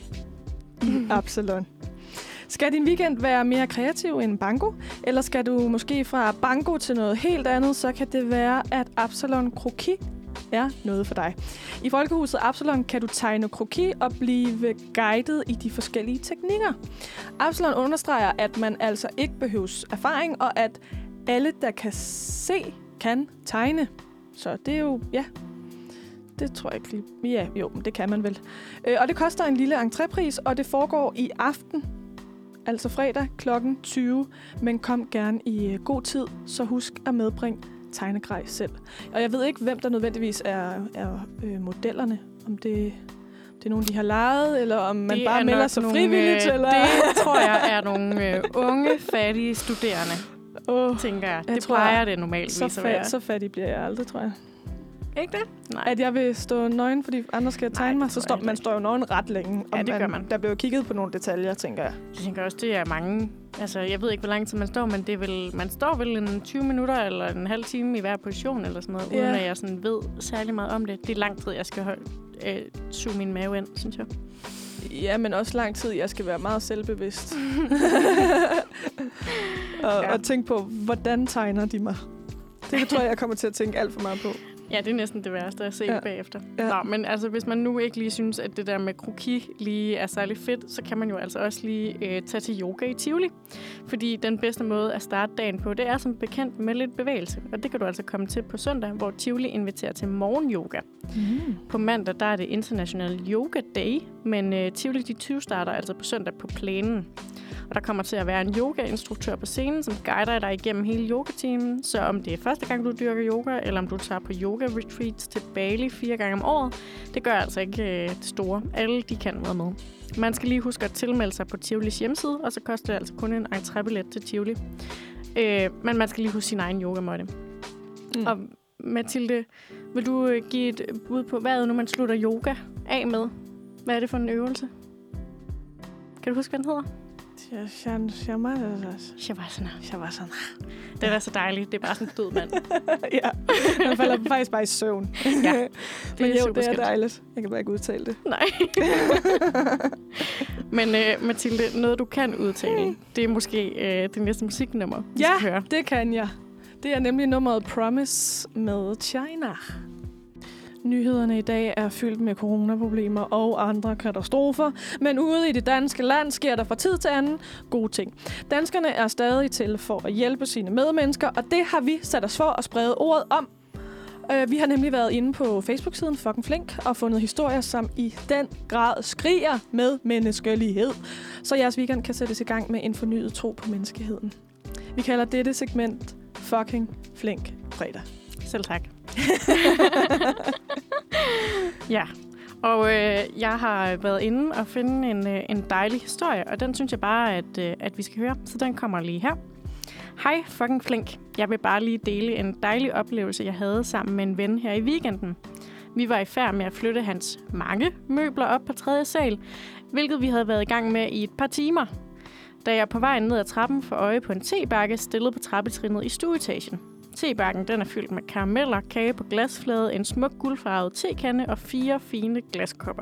i Absalon. Skal din weekend være mere kreativ end banko? Eller skal du måske fra banko til noget helt andet, så kan det være, at Absalon Kroki er noget for dig. I Folkehuset Absalon kan du tegne kroki og blive guidet i de forskellige teknikker. Absalon understreger, at man altså ikke behøver erfaring, og at alle, der kan se, kan tegne. Så det er jo, ja, det tror jeg ikke lige. Ja, jo, det kan man vel. Øh, og det koster en lille entrépris, og det foregår i aften, altså fredag klokken tyve. Men kom gerne i god tid, så husk at medbringe tegnegrej selv. Og jeg ved ikke, hvem der nødvendigvis er, er øh, modellerne. Om det, det er nogen, de har lejet, eller om man det bare melder sig nogle, frivilligt. Øh, eller? Det tror jeg er nogle øh, unge, fattige studerende, oh, tænker jeg. Det jeg plejer jeg, det normalt så, fa- så fattig bliver jeg aldrig, tror jeg. Ikke det? Nej. At jeg vil stå nøgen, fordi andre skal tegne Nej, mig, så står man står jo nøgen ret længe. Ja, det man, gør man. Der bliver jo kigget på nogle detaljer, tænker jeg. Jeg tænker også, det er mange. Altså, jeg ved ikke, hvor lang tid man står, men det er vel, man står vel en tyve minutter eller en halv time i hver position eller sådan noget, ja. Uden at jeg sådan ved særlig meget om det. Det er lang tid, jeg skal holde, øh, suge min mave ind, synes jeg. Ja, men også lang tid, jeg skal være meget selvbevidst. og, ja. og tænke på, hvordan tegner de mig? Det tror jeg, jeg kommer til at tænke alt for meget på. Ja, det er næsten det værste at se Ja. bagefter. Ja. Nå, men altså, hvis man nu ikke lige synes, at det der med kroki lige er særlig fedt, så kan man jo altså også lige øh, tage til yoga i Tivoli. Fordi den bedste måde at starte dagen på, det er som bekendt med lidt bevægelse. Og det kan du altså komme til på søndag, hvor Tivoli inviterer til morgenyoga. Mm. På mandag, der er det International Yoga Day, men øh, Tivoli de tyve starter altså på søndag på plænen. Og der kommer til at være en yogainstruktør på scenen, som guider dig igennem hele yogatimen. Så om det er første gang, du dyrker yoga, eller om du tager på yoga-retreats til Bali fire gange om året, det gør altså ikke øh, det store. Alle de kan være med. Man skal lige huske at tilmelde sig på Tivolis hjemmeside, og så koster det altså kun en entrébillet til Tivoli. Øh, men man skal lige huske sin egen yogamåtte. Mm. Og Mathilde, vil du øh, give et bud på, hvad er det nu, man slutter yoga af med? Hvad er det for en øvelse? Kan du huske, hvad den hedder? Shavasana. Shavasana. Det er så dejligt. Det er bare sådan en død mand. Ja, man falder faktisk bare i søvn. Ja, det Men er jo, super det er skønt. dejligt. Jeg kan bare ikke udtale det. Nej. Men uh, Mathilde, noget du kan udtale, det er måske uh, det næste musiknummer, vi Ja, skal høre. det kan jeg. Det er nemlig nummeret Promise med China. Nyhederne i dag er fyldt med coronaproblemer og andre katastrofer, men ude i det danske land sker der fra tid til anden gode ting. Danskerne er stadig til for at hjælpe sine medmennesker, og det har vi sat os for at sprede ordet om. Uh, vi har nemlig været inde på Facebook-siden Fucking Flink og fundet historier, som i den grad skriger med menneskelighed, så jeres weekend kan sættes i gang med en fornyet tro på menneskeheden. Vi kalder dette segment Fucking Flink fredag. Selv tak. Ja, og øh, jeg har været inde og finde en, øh, en dejlig historie, og den synes jeg bare, at, øh, at vi skal høre, så den kommer lige her. Hej, Fucking Flink. Jeg vil bare lige dele en dejlig oplevelse, jeg havde sammen med en ven her i weekenden. Vi var i færd med at flytte hans mange møbler op på tredje sal, hvilket vi havde været i gang med i et par timer. Da jeg på vejen ned ad trappen for øje på en tebakke stillet på trappetrinnet i stueetagen. Tebakken den er fyldt med karameller, kage på glasflade, en smuk guldfarvet tekande og fire fine glaskopper.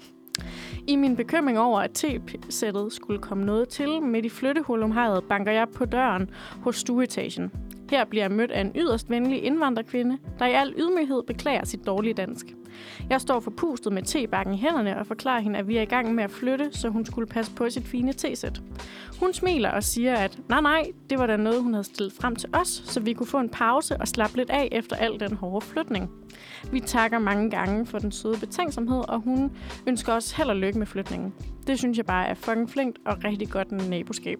I min bekymring over, at te-sættet skulle komme noget til midt i flyttehulumhavet, banker jeg på døren hos stueetagen. Her bliver jeg mødt af en yderst venlig indvandrerkvinde, der i al ydmyghed beklager sit dårlige dansk. Jeg står forpustet med tebakken i hænderne og forklarer hende, at vi er i gang med at flytte, så hun skulle passe på sit fine tesæt. Hun smiler og siger, at nej, nej, det var da noget, hun havde stillet frem til os, så vi kunne få en pause og slappe lidt af efter al den hårde flytning. Vi takker mange gange for den søde betænksomhed, og hun ønsker os held og lykke med flytningen. Det synes jeg bare er fucking flinkt og rigtig godt naboskab.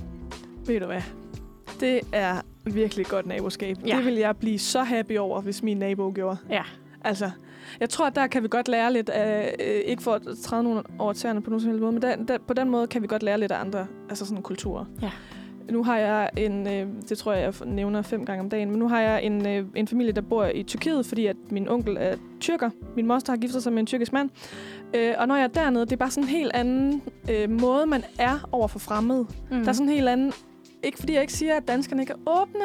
Ved du hvad? Det er virkelig godt naboskab. Ja. Det vil jeg blive så happy over, hvis min nabo gjorde. Ja. Altså, jeg tror, at der kan vi godt lære lidt af, øh, ikke for at træde nogen over tæerne på nogen som helst måde, men der, der, på den måde kan vi godt lære lidt af andre, altså sådan kulturer. Ja. Nu har jeg en, øh, det tror jeg, jeg nævner fem gange om dagen, men nu har jeg en, øh, en familie, der bor i Tyrkiet, fordi at min onkel er tyrker. Min moster har giftet sig med en tyrkisk mand. Øh, og når jeg er dernede, det er bare sådan en helt anden øh, måde, man er over for fremmede. Mm. Der er sådan en helt anden... Ikke fordi jeg ikke siger, at danskerne ikke er åbne,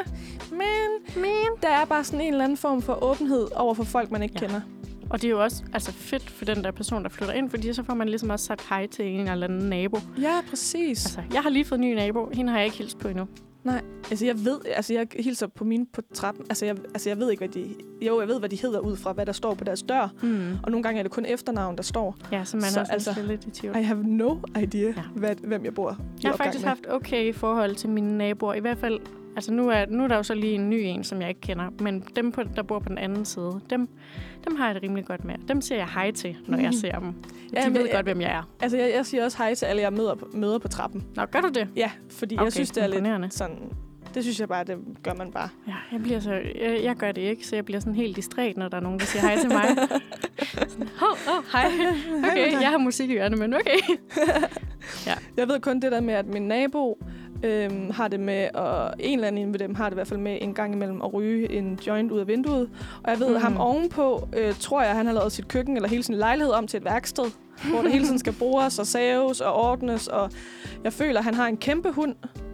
men, men der er bare sådan en eller anden form for åbenhed over for folk, man ikke ja. kender. Og det er jo også altså, fedt for den der person, der flytter ind, fordi så får man ligesom også sagt hej til en eller anden nabo. Ja, præcis. Altså, jeg har lige fået en ny nabo. Hende har jeg ikke hilst på endnu. Nej, altså jeg ved, altså jeg hilser på mine på trappen. Altså jeg, altså jeg ved ikke, hvad de... Jo, jeg ved, hvad de hedder ud fra, hvad der står på deres dør. Mm. Og nogle gange er det kun efternavn, der står. Ja, så man så, er også altså, lidt i tvivl. I have no idea, ja. hvad, hvem jeg bor i. Jeg har faktisk med. haft okay forhold til mine naboer. I hvert fald, altså nu er, nu er der jo så lige en ny en, som jeg ikke kender. Men dem, på, der bor på den anden side, dem, dem har jeg det rimelig godt med. Dem siger jeg hej til, når mm. jeg ser dem. De ja, ved jeg, godt, hvem jeg er. Altså jeg, jeg siger også hej til alle, jeg møder på, møder på trappen. Nå, gør du det? Ja, fordi okay, jeg synes, det er lidt sådan... Det synes jeg bare, det gør man bare. Ja, jeg bliver så... Jeg, jeg gør det ikke, så jeg bliver sådan helt distræt, når der er nogen, der siger hej til mig. Sådan, oh, oh, hej. Okay, jeg har musik i ørerne, men okay. Ja. Jeg ved kun det der med, at min nabo øhm, har det med, og en eller anden ved dem har det i hvert fald med en gang imellem at ryge en joint ud af vinduet. Og jeg ved, mm. at ham ovenpå, øh, tror jeg, han har lavet sit køkken eller hele sin lejlighed om til et værksted, hvor der hele tiden skal bruges og saves og ordnes. Og jeg føler, at han har en kæmpe hund.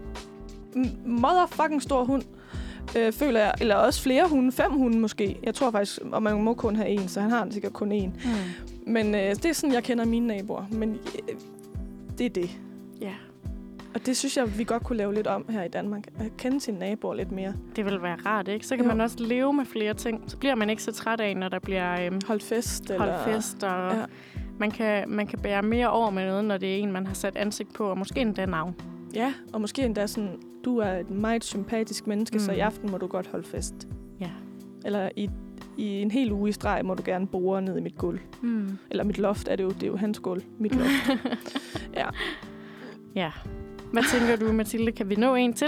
Motherfucking stor hund, øh, føler jeg. Eller også flere hunde. Fem hunde måske. Jeg tror faktisk, og man må kun have en, så han har sikkert kun en. Mm. Men øh, det er sådan, jeg kender mine naboer. Men øh, det er det. Ja. Og det synes jeg, vi godt kunne lave lidt om her i Danmark. At kende sine naboer lidt mere. Det vil være rart, ikke? Så kan jo. man også leve med flere ting. Så bliver man ikke så træt af, når der bliver øhm, holdt fest. Holdt eller... fest, og ja. man, kan, man kan bære mere over med noget, når det er en, man har sat ansigt på, og måske endda navn. Ja, og måske endda sådan, du er et meget sympatisk menneske, mm. så i aften må du godt holde fest. Ja. Eller i, i en hel uge i streg må du gerne bore ned i mit gulv. Mm. Eller mit loft er det jo, det er jo hans gulv. Mit loft. ja. Ja. Hvad tænker du, Mathilde? Kan vi nå en til?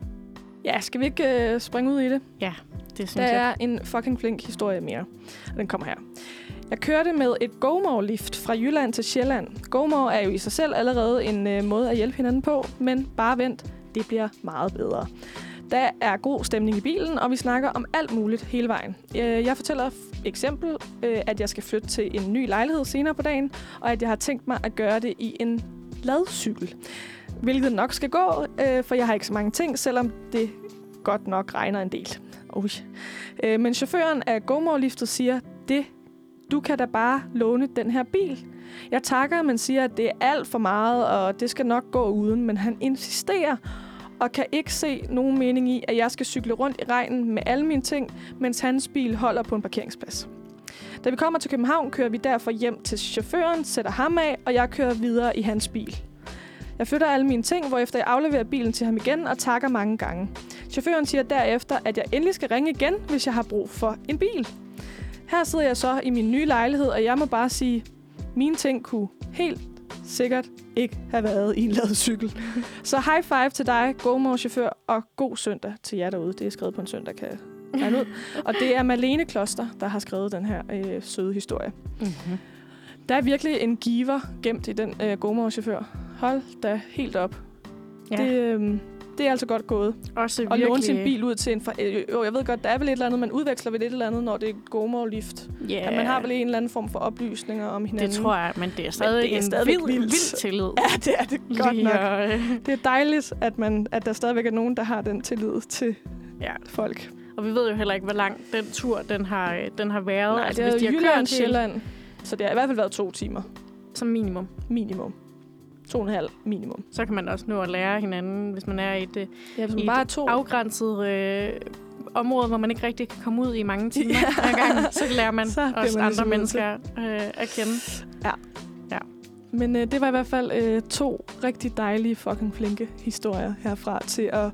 Ja, skal vi ikke uh, springe ud i det? Ja, det synes Der jeg. Der er en fucking flink historie mere, og den kommer her. Jeg kørte med et GoMore-lift fra Jylland til Sjælland. GoMore er jo i sig selv allerede en uh, måde at hjælpe hinanden på, men bare vent, det bliver meget bedre. Der er god stemning i bilen, og vi snakker om alt muligt hele vejen. Jeg fortæller eksempel, at jeg skal flytte til en ny lejlighed senere på dagen, og at jeg har tænkt mig at gøre det i en ladcykel. Hvilket nok skal gå, for jeg har ikke så mange ting, selvom det godt nok regner en del. Ui. Men chaufføren af GoMore-liftet siger, det, du kan da bare låne den her bil. Jeg takker, men siger, at det er alt for meget, og det skal nok gå uden, men han insisterer, og kan ikke se nogen mening i, at jeg skal cykle rundt i regnen med alle mine ting, mens hans bil holder på en parkeringsplads. Da vi kommer til København, kører vi derfor hjem til chaufføren, sætter ham af, og jeg kører videre i hans bil. Jeg flytter alle mine ting, hvorefter jeg afleverer bilen til ham igen og takker mange gange. Chaufføren siger derefter, at jeg endelig skal ringe igen, hvis jeg har brug for en bil. Her sidder jeg så i min nye lejlighed, og jeg må bare sige, mine ting kunne helt sikkert ikke have været i en ladcykel. Så high five til dig, GoMore-chauffør, og god søndag til jer derude. Det er skrevet på en søndag, kan jeg regne ud. Og det er Malene Kloster, der har skrevet den her øh, søde historie. Mm-hmm. Der er virkelig en giver gemt i den øh, GoMore-chauffør. Hold da helt op. Ja. Det, øh, det er altså godt gået. Også og låne sin bil ud til en... For, øh, jo, jeg ved godt, der er vel et eller andet, man udveksler ved et eller andet, når det er GoMore-lift. Yeah. Ja, man har vel en eller anden form for oplysninger om hinanden. Det tror jeg, men det er stadig det er en stadig vild, vild tillid. Ja, det er det godt Lige, nok. Øh... Det er dejligt, at, man, at der stadigvæk er nogen, der har den tillid til ja. folk. Og vi ved jo heller ikke, hvor lang den tur, den har, den har været. Nej, altså, det er hvis de Jylland, har kørt Sjælland. Så det har i hvert fald været to timer. Som minimum. Minimum. To og en halv minimum. Så kan man også nå at lære hinanden, hvis man er i et, ja, i bare et to. afgrænset øh, område, hvor man ikke rigtig kan komme ud i mange timer ja. ad gangen. Så lærer man så også man andre mennesker øh, at kende. Ja. ja. Men øh, det var i hvert fald øh, to rigtig dejlige, fucking flinke historier herfra til at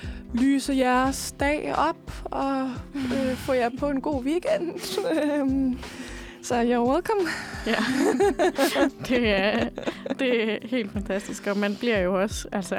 lyse jeres dag op og øh, få jer på en god weekend. Så you're welcome. Ja, det er, det er helt fantastisk, og man bliver jo også altså,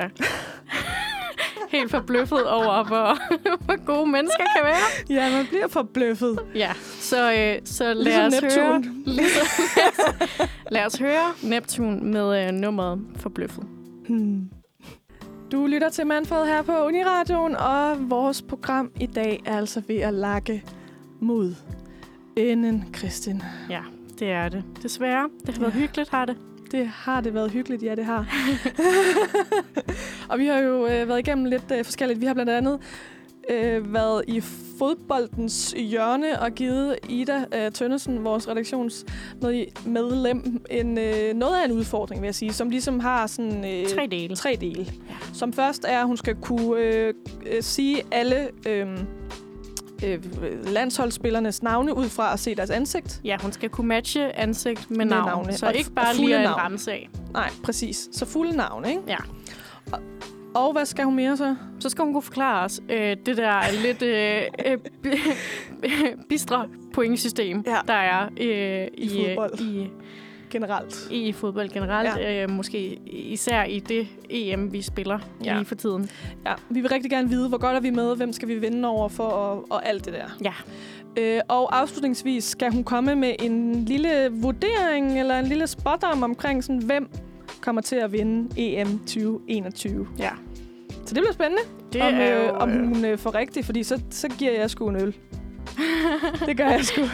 helt forbløffet over, hvor, hvor gode mennesker kan være. Ja, man bliver forbløffet. Ja, så, øh, så lad, ligesom os høre, ligesom, lad os høre Neptun med øh, nummeret Forbløffet. Hmm. Du lytter til Manfred her på Uniradioen, og vores program i dag er altså ved at lakke mod enden, Kristin. Ja, det er det. Desværre. Det har været ja. hyggeligt, har det. Det har det været hyggeligt, ja, det har. Og vi har jo øh, været igennem lidt øh, forskelligt. Vi har blandt andet øh, været i fodboldens hjørne og givet Ida øh, Tønnesen, vores redaktionsmedlem, en, øh, noget af en udfordring, vil jeg sige, som ligesom har sådan... Øh, tre dele. Tre dele. Ja. Som først er, at hun skal kunne øh, øh, sige alle... Øh, landsholdsspillernes navne ud fra at se deres ansigt. Ja, hun skal kunne matche ansigt med, med navn. Navne. Så og ikke bare lige en ramse af. Nej, præcis. Så fulde navn, ikke? Ja. Og, og hvad skal hun mere så? Så skal hun kunne forklare os øh, det der lidt øh, bistre pointsystem, ja. der er øh, i, i fodbold. I, generelt. I fodbold generelt. Ja. Øh, måske især i det E M, vi spiller ja. lige for tiden. Ja, vi vil rigtig gerne vide, hvor godt er vi med, hvem skal vi vinde over for, og, og alt det der. Ja. Øh, og afslutningsvis skal hun komme med en lille vurdering, eller en lille spotdom omkring, sådan, hvem kommer til at vinde E M tyve enogtyve. Ja. Så det bliver spændende, det om, er øh, jo, om hun øh, får rigtigt, fordi så, så giver jeg sgu en øl. Det gør jeg sgu. Hvis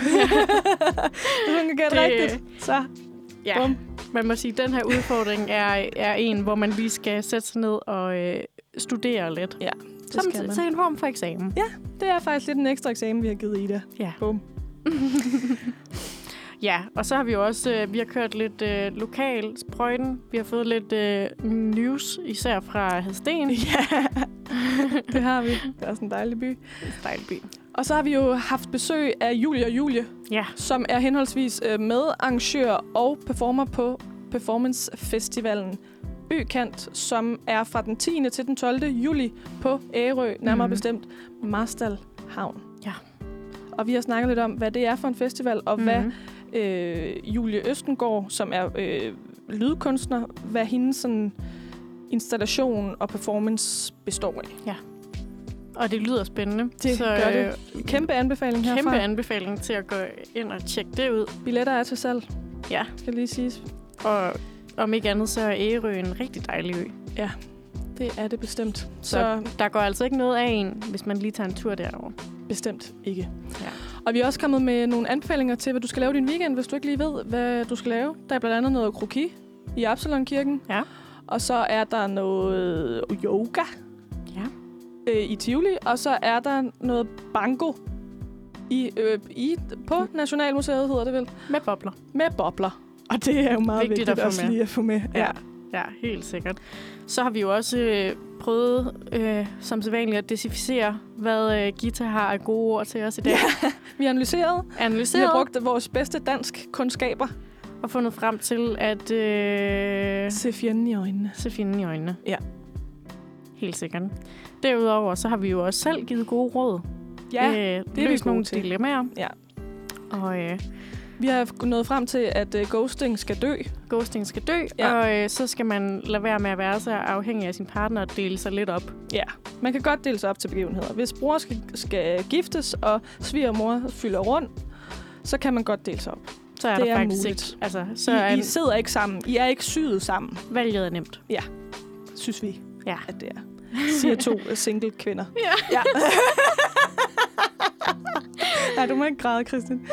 hun kan gætte rigtigt, så... Ja, Bum. Man må sige, at den her udfordring er, er en, hvor man lige skal sætte sig ned og øh, studere lidt. Ja, det Som skal man. Til en form for eksamen. Ja, det er faktisk lidt en ekstra eksamen, vi har givet Ida. Ja. Bum. Ja, og så har vi jo også øh, vi har kørt lidt øh, lokal sprøjten. Vi har fået lidt øh, news, især fra Hadsten. Ja, det har vi. Det er også en dejlig by. En dejlig by. Og så har vi jo haft besøg af Julie og Julie, ja. Som er henholdsvis øh, medarrangør og performer på Performance Festivalen Økant, som er fra den tiende til den tolvte juli på Ærø, nærmere mm. bestemt Marstal Havn. Ja. Og vi har snakket lidt om, hvad det er for en festival, og mm. hvad øh, Julie Østengård, som er øh, lydkunstner, hvad hendes sådan, installation og performance består af. Ja. Og det lyder spændende. Det så, gør det. Kæmpe anbefaling herfra. Kæmpe anbefaling til at gå ind og tjekke det ud. Billetter er til salg. Ja. Skal lige siges. Og om ikke andet, så er Ærø en rigtig dejlig ø. Ja, det er det bestemt. Så, så der går altså ikke noget af en, hvis man lige tager en tur derover. Bestemt ikke. Ja. Og vi er også kommet med nogle anbefalinger til, hvad du skal lave din weekend, hvis du ikke lige ved, hvad du skal lave. Der er blandt andet noget kroki i Absalonkirken. Ja. Og så er der noget yoga ja. øh, i Tivoli. Og så er der noget banko i, øh, i, på Nationalmuseet, hedder det vel. Med bobler. Med bobler. Og det er jo meget vigtigt, vigtigt at også med. lige at få med. Ja. Ja. Ja, helt sikkert. Så har vi jo også øh, prøvet, øh, som sædvanligt, at decifisere, hvad øh, Gita har af gode ord til os i dag. Ja, vi har analyseret. analyseret. Vi har brugt vores bedste dansk kundskaber. Og fundet frem til at... Øh, se fjenden i øjnene. Se fjenden i øjnene. Ja. Helt sikkert. Derudover, så har vi jo også selv givet gode råd. Ja, øh, det er vi nogle til. dilemmaer. Ja. Og... Øh, vi har nået frem til, at uh, ghosting skal dø. Ghosting skal dø, ja. Og øh, så skal man lade være med at være så afhængig af sin partner og dele sig lidt op. Ja, man kan godt dele sig op til begivenheder. Hvis bror skal, skal giftes, og svigermor fylder rundt, så kan man godt dele sig op. Så er det der er faktisk muligt. Ikke. Altså, så I, er I sidder ikke sammen. I er ikke syet sammen. Valget er nemt. Ja, synes vi, ja. At det er. Siger to single kvinder. Ja. Ja. Nej, du må ikke græde, Kristin.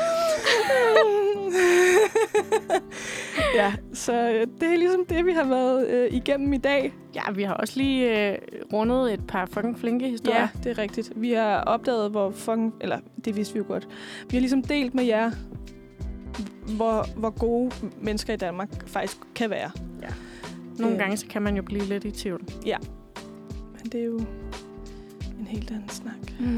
Ja, så øh, det er ligesom det, vi har været øh, igennem i dag. Ja, vi har også lige øh, rundet et par fucking flinke historier. Ja, det er rigtigt. Vi har opdaget, hvor fucking... Eller, det vidste vi jo godt. Vi har ligesom delt med jer, hvor, hvor gode mennesker i Danmark faktisk kan være. Ja. Nogle øh. gange, så kan man jo blive lidt i tvivl. Ja. Men det er jo en helt anden snak.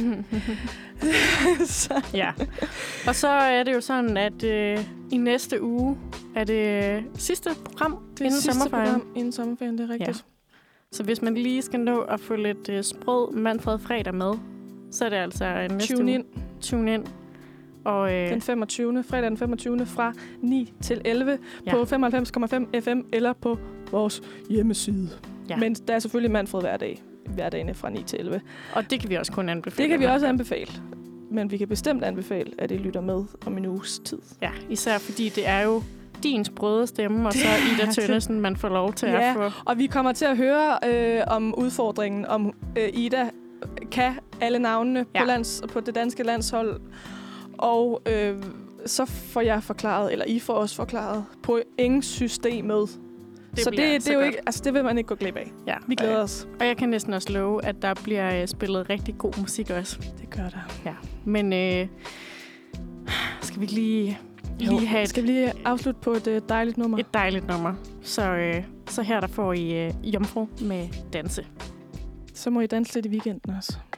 så. Ja. Og så er det jo sådan, at øh, i næste uge er det sidste program det er inden sidste sommerferien. program inden sommerferien, det er rigtigt. Ja. Så hvis man lige skal nå at få lidt øh, sprød Manfred Fredag med, så er det altså næste Tune uge. ind. Tune ind. Og, øh, den femogtyvende fredag den femogtyvende fra ni til elleve ja. På femoghalvfems komma fem F M eller på vores hjemmeside. Ja. Men der er selvfølgelig Manfred hver dag. Hverdagene fra ni til elleve. Og det kan vi også kun anbefale. Det kan vi også anbefale. Men vi kan bestemt anbefale, at I lytter med om en uges tid. Ja, især fordi det er jo din sprøde stemme, og så Ida Tønnesen, man får lov til ja, at få. Og vi kommer til at høre øh, om udfordringen, om øh, Ida kan alle navnene ja. på, lands, på det danske landshold. Og øh, så får jeg forklaret, eller I får også forklaret, pointsystemet. Det så det, det er jo ikke, altså det vil man ikke gå glip af. Ja, vi glæder og, os. Og jeg kan næsten også love, at der bliver uh, spillet rigtig god musik også. Det gør der. Ja. Men øh, skal vi lige, jo, lige have et, skal vi lige afslutte på et uh, dejligt nummer? Et dejligt nummer. Så, øh, så her der får I uh, Jomfru med Danse. Så må I danse lidt i weekenden også.